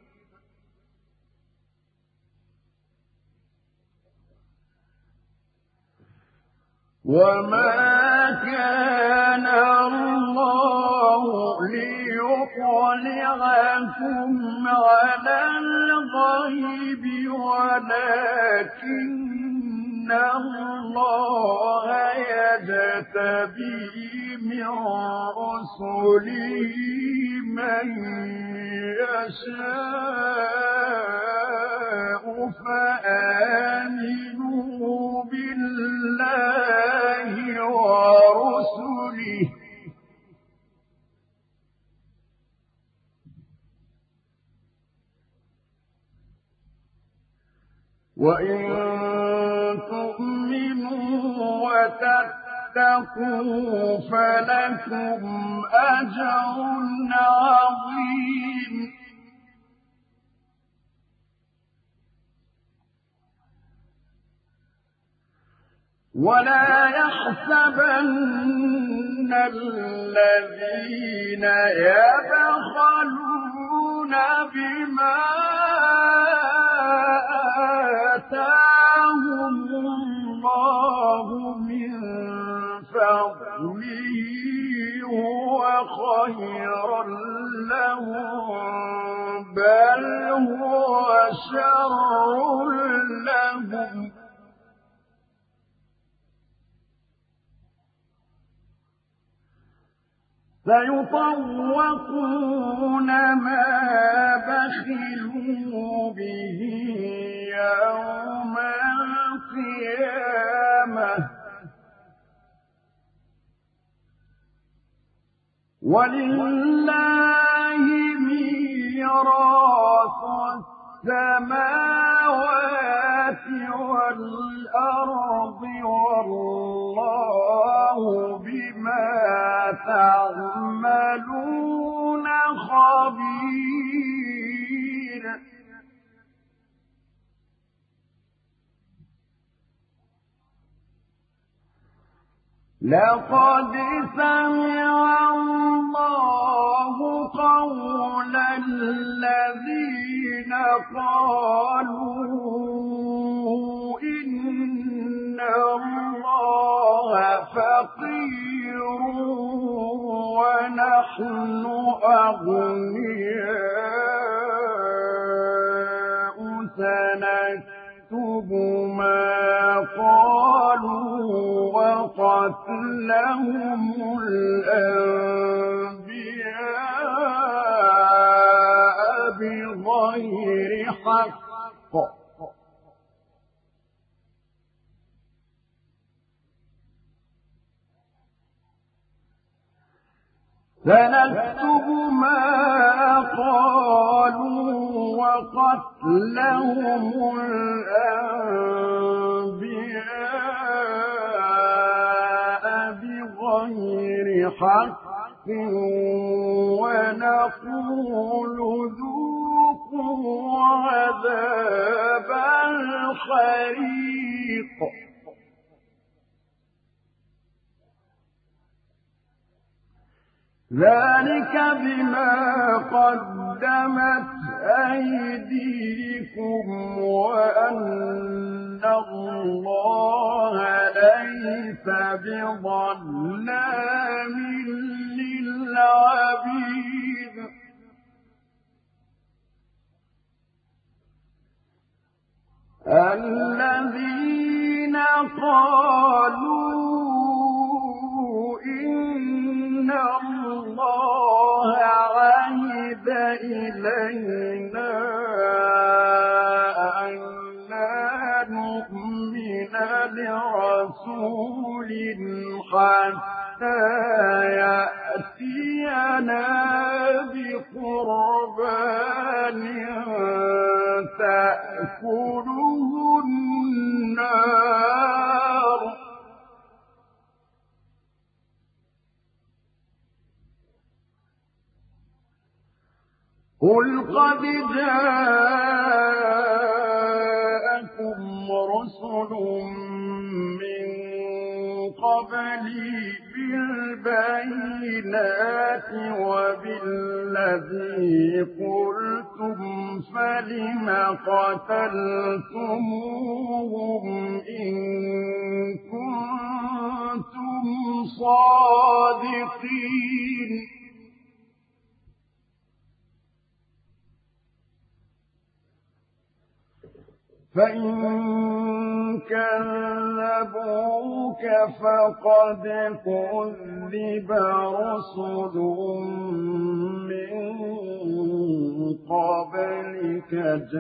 وما كان الله ليطلعكم على الغيب ولكن الله يجتبي من رسله من يشاء فآمنوا بالله ورسله وإن تؤمنوا وتتقوا فلكم أجر عظيم. ولا يحسبن الذين يبخلون بما آتاهم الله من فضله هو خيرا لهم بل هو شر لهم سيطوقون ما بخلوا به يوم القيامة ولله ميراث السماوات والأرض والله بما تعملون خبير. لقد سمع الله قول الذين قالوا إن الله فقير ونحن أغنياء سنكتب ما قالوا وقتلهم الأنبياء بغير حق سنكتب ما قالوا وقتلهم الأنبياء بغير حق ونقول ذوقوا عذاب الحريق ذلك بما قدمت أيديكم وأن الله ليس بظلام للعبيد الذين قالوا إن الله عهد إلينا أن لا نؤمن لرسول حتى يأتينا بقربان تأكله النار قل قد جاءكم رسل من قبلي بالبينات وبالذي قلتم فلم قتلتموهم إن كنتم صادقين فإن كذبوك فقد كذب رسل من قبلك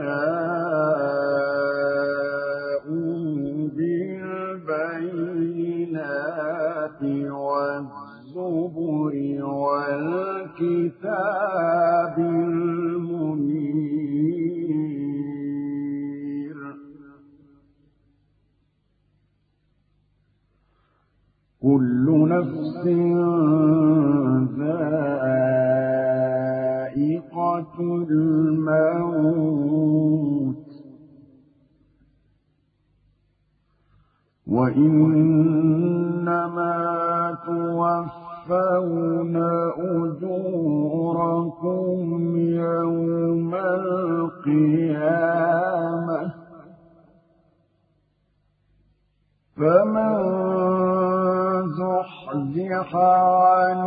جاءوا بالبينات والزبر والكتاب المنير كل نفس ذائقة الموت وإنما توفون أجوركم يوم القيامة فمن زحزح عن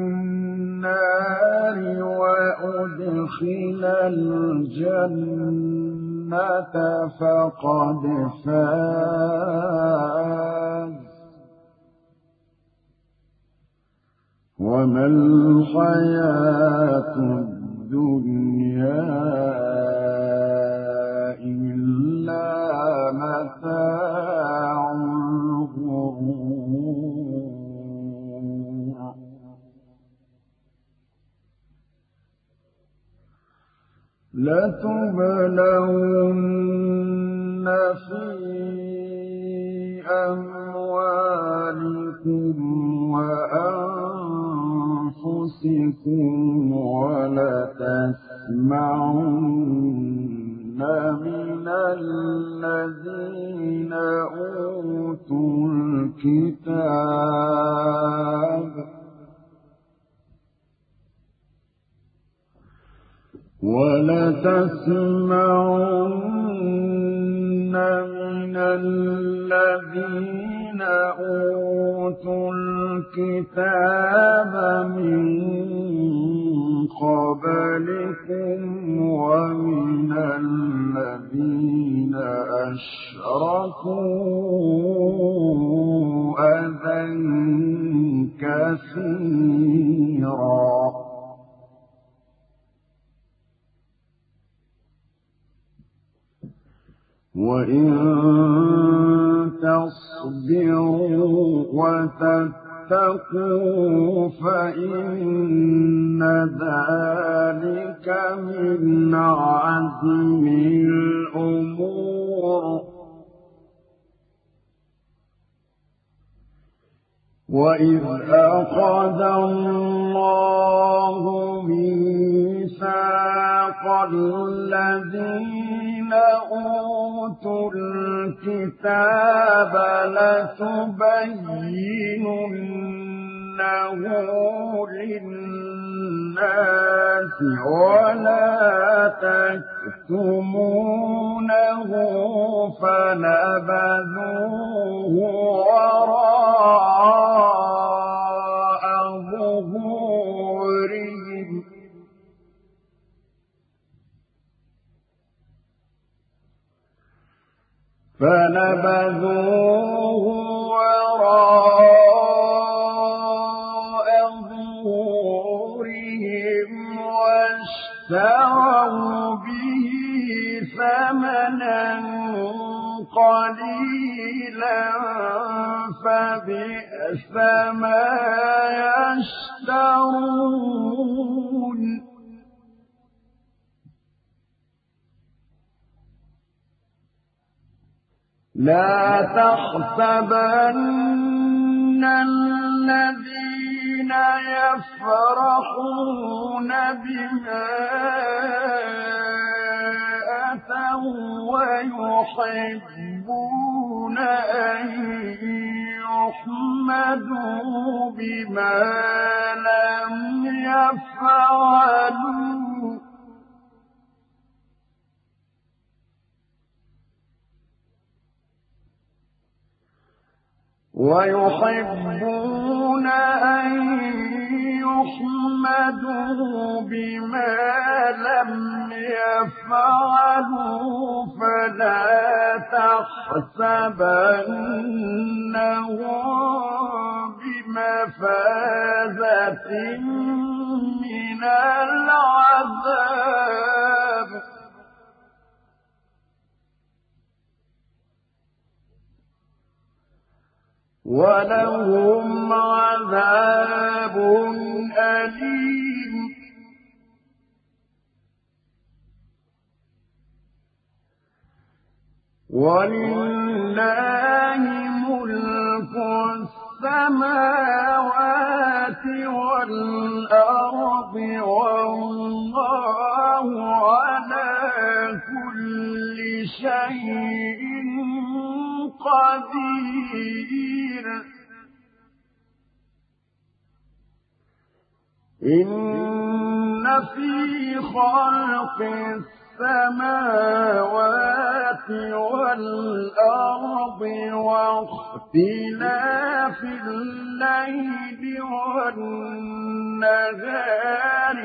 النار وأدخل الجنة فقد فاز وما الحياة الدنيا إلا متاع الغرور لتبلون في أموالكم وأنفسكم ولتسمعن من الذين أوتوا الكتاب ولتسمعن من الذين أوتوا الكتاب من قبلكم ومن الذين أشركوا أذى كثيرا وإن تصبروا وتتقوا فإن ذلك من عزم الأمور وإذ أخذ الله ميثاق الذين أوتوا الكتاب لتبيننه للناس ولا تكتمونه فنبذوه وراء ظهورهم واشتروا به ثمنا قليلا فبئس ما يشترون لا تحسبن الذين يفرحون بما أتوا ويحبون أن يحمدوا بما لم يفعلوا فلا تحسبنهم بمفازة من العذاب ولهم عذاب أليم ولله ملك السماوات والأرض والله على كل شيء قدير إن في خلق السماوات والأرض واختلاف الليل والنهار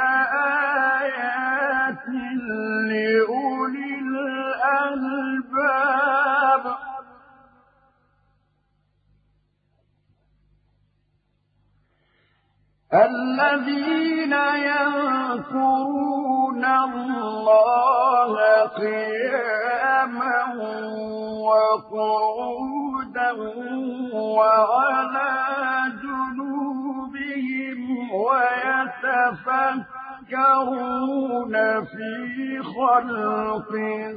لآيات لأولي الألباب الذين يذكرون الله قياما وقعودا وعلى جنوبهم ويتفكرون في خلق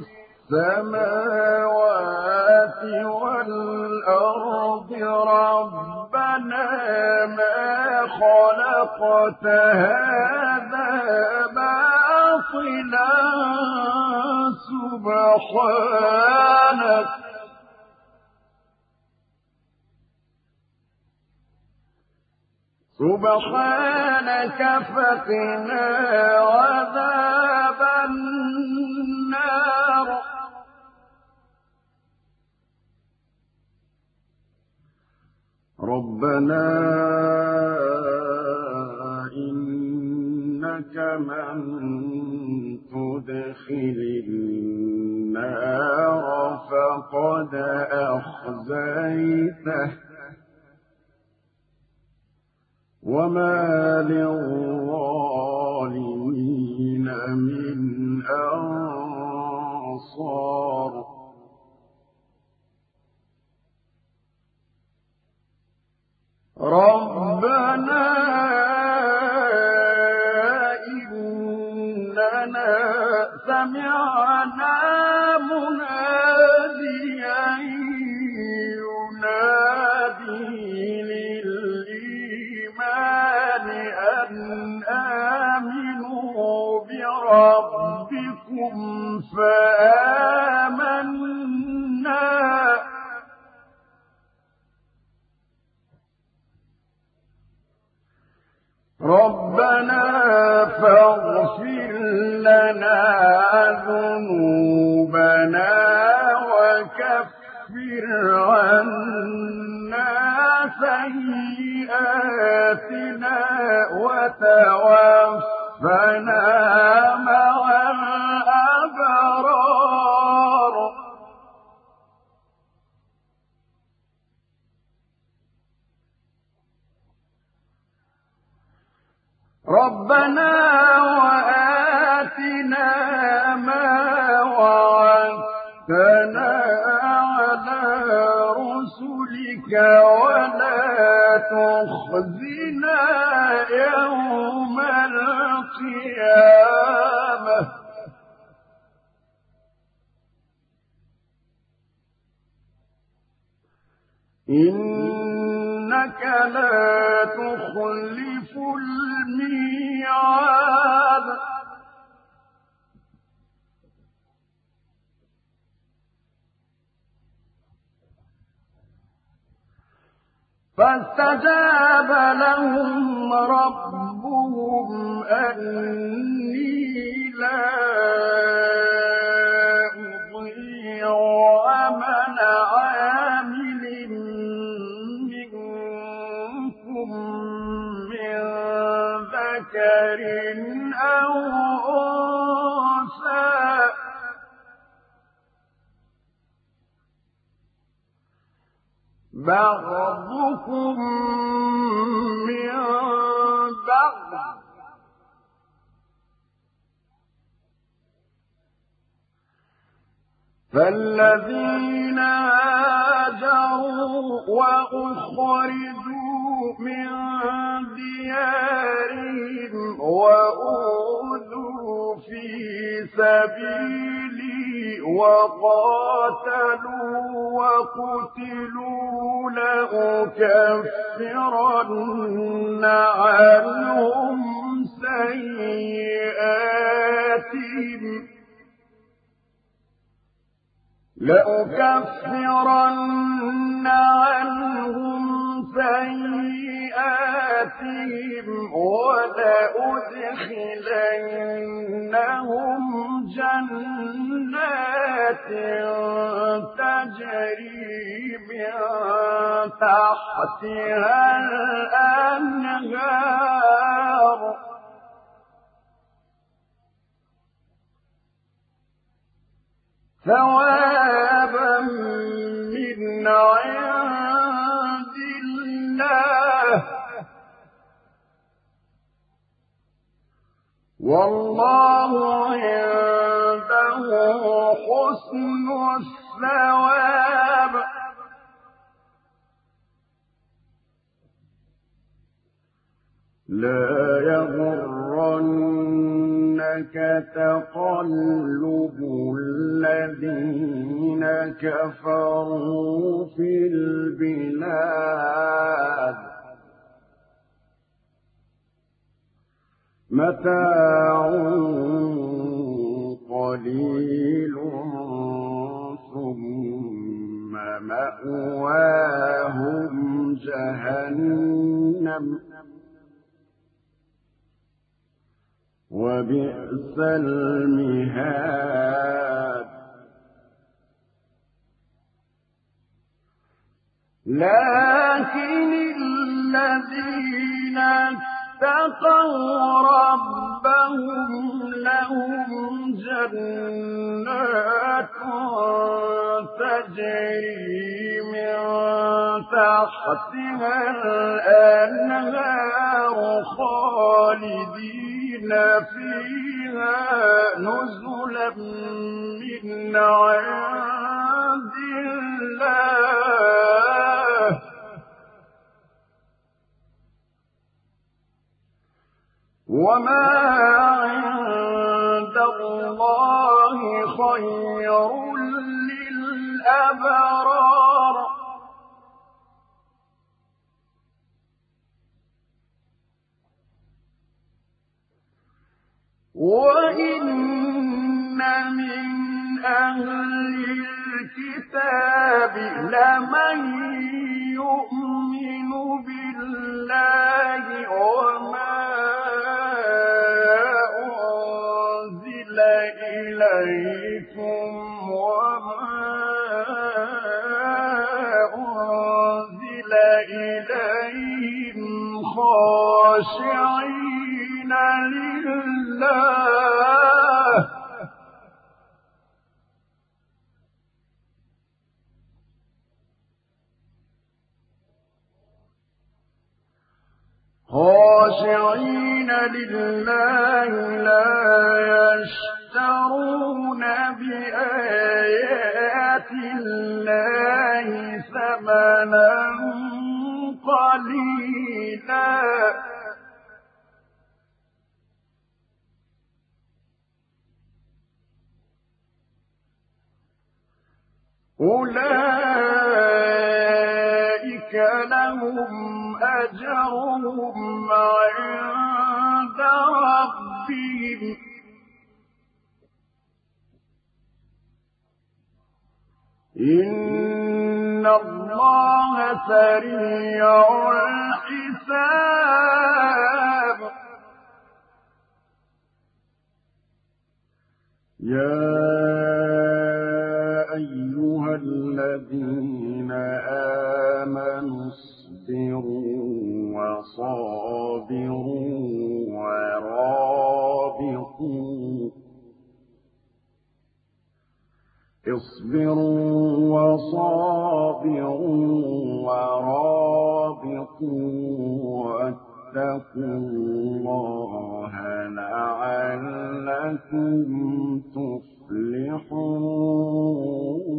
السماوات والأرض ربنا ما خلقت هذا باطلا سبحانك فقنا عذاب النار ربنا إنك من تدخل النار فقد أخزيته وما للظالمين من أنصار ربنا إننا سمعنا مناديا ينادي للإيمان أن آمنوا بربكم فآمنا ربنا وكفر عنا سيئاتنا وتوفنا مع الأبرار ربنا وآتنا ما وعدتنا على رسلك ولا تخزنا يوم القيامة إنك لا تخلف الميعاد فاستجاب لهم ربهم أني لا أضيع عمل عامل منكم من ذكر أو أنثى بعضكم من بعض فالذين هاجروا وأخرجوا من ديارهم وأوذوا في سبيلي وقاتلوا وقتلوا لأكفرن عنهم سيئاتهم ولأدخلنهم جنات تجري من تحتها الأنهار ثوابا من عند الله والله عنده حسن الثواب لا يغرنك تقلب الذين كفروا في البلاد متاع قليل ثم مأواهم جهنم وبئس المهاد لكن الذين اتقوا ربهم لهم جنات تجري من تحتها الأنهار خالدين فيها نزلا من عند الله وما عند الله خير للأبرار وإن من أهل الكتاب لمن يؤمن بالله وما أنزل إليكم خاشعين لله لا يشترون بآيات الله ثمنا قليلا أولئك لهم أجرهم عند ربهم إن الله سريع الحساب يا أيها الذين آمنوا اصبروا وصابروا ورابطوا واتقوا الله لعلكم تفلحون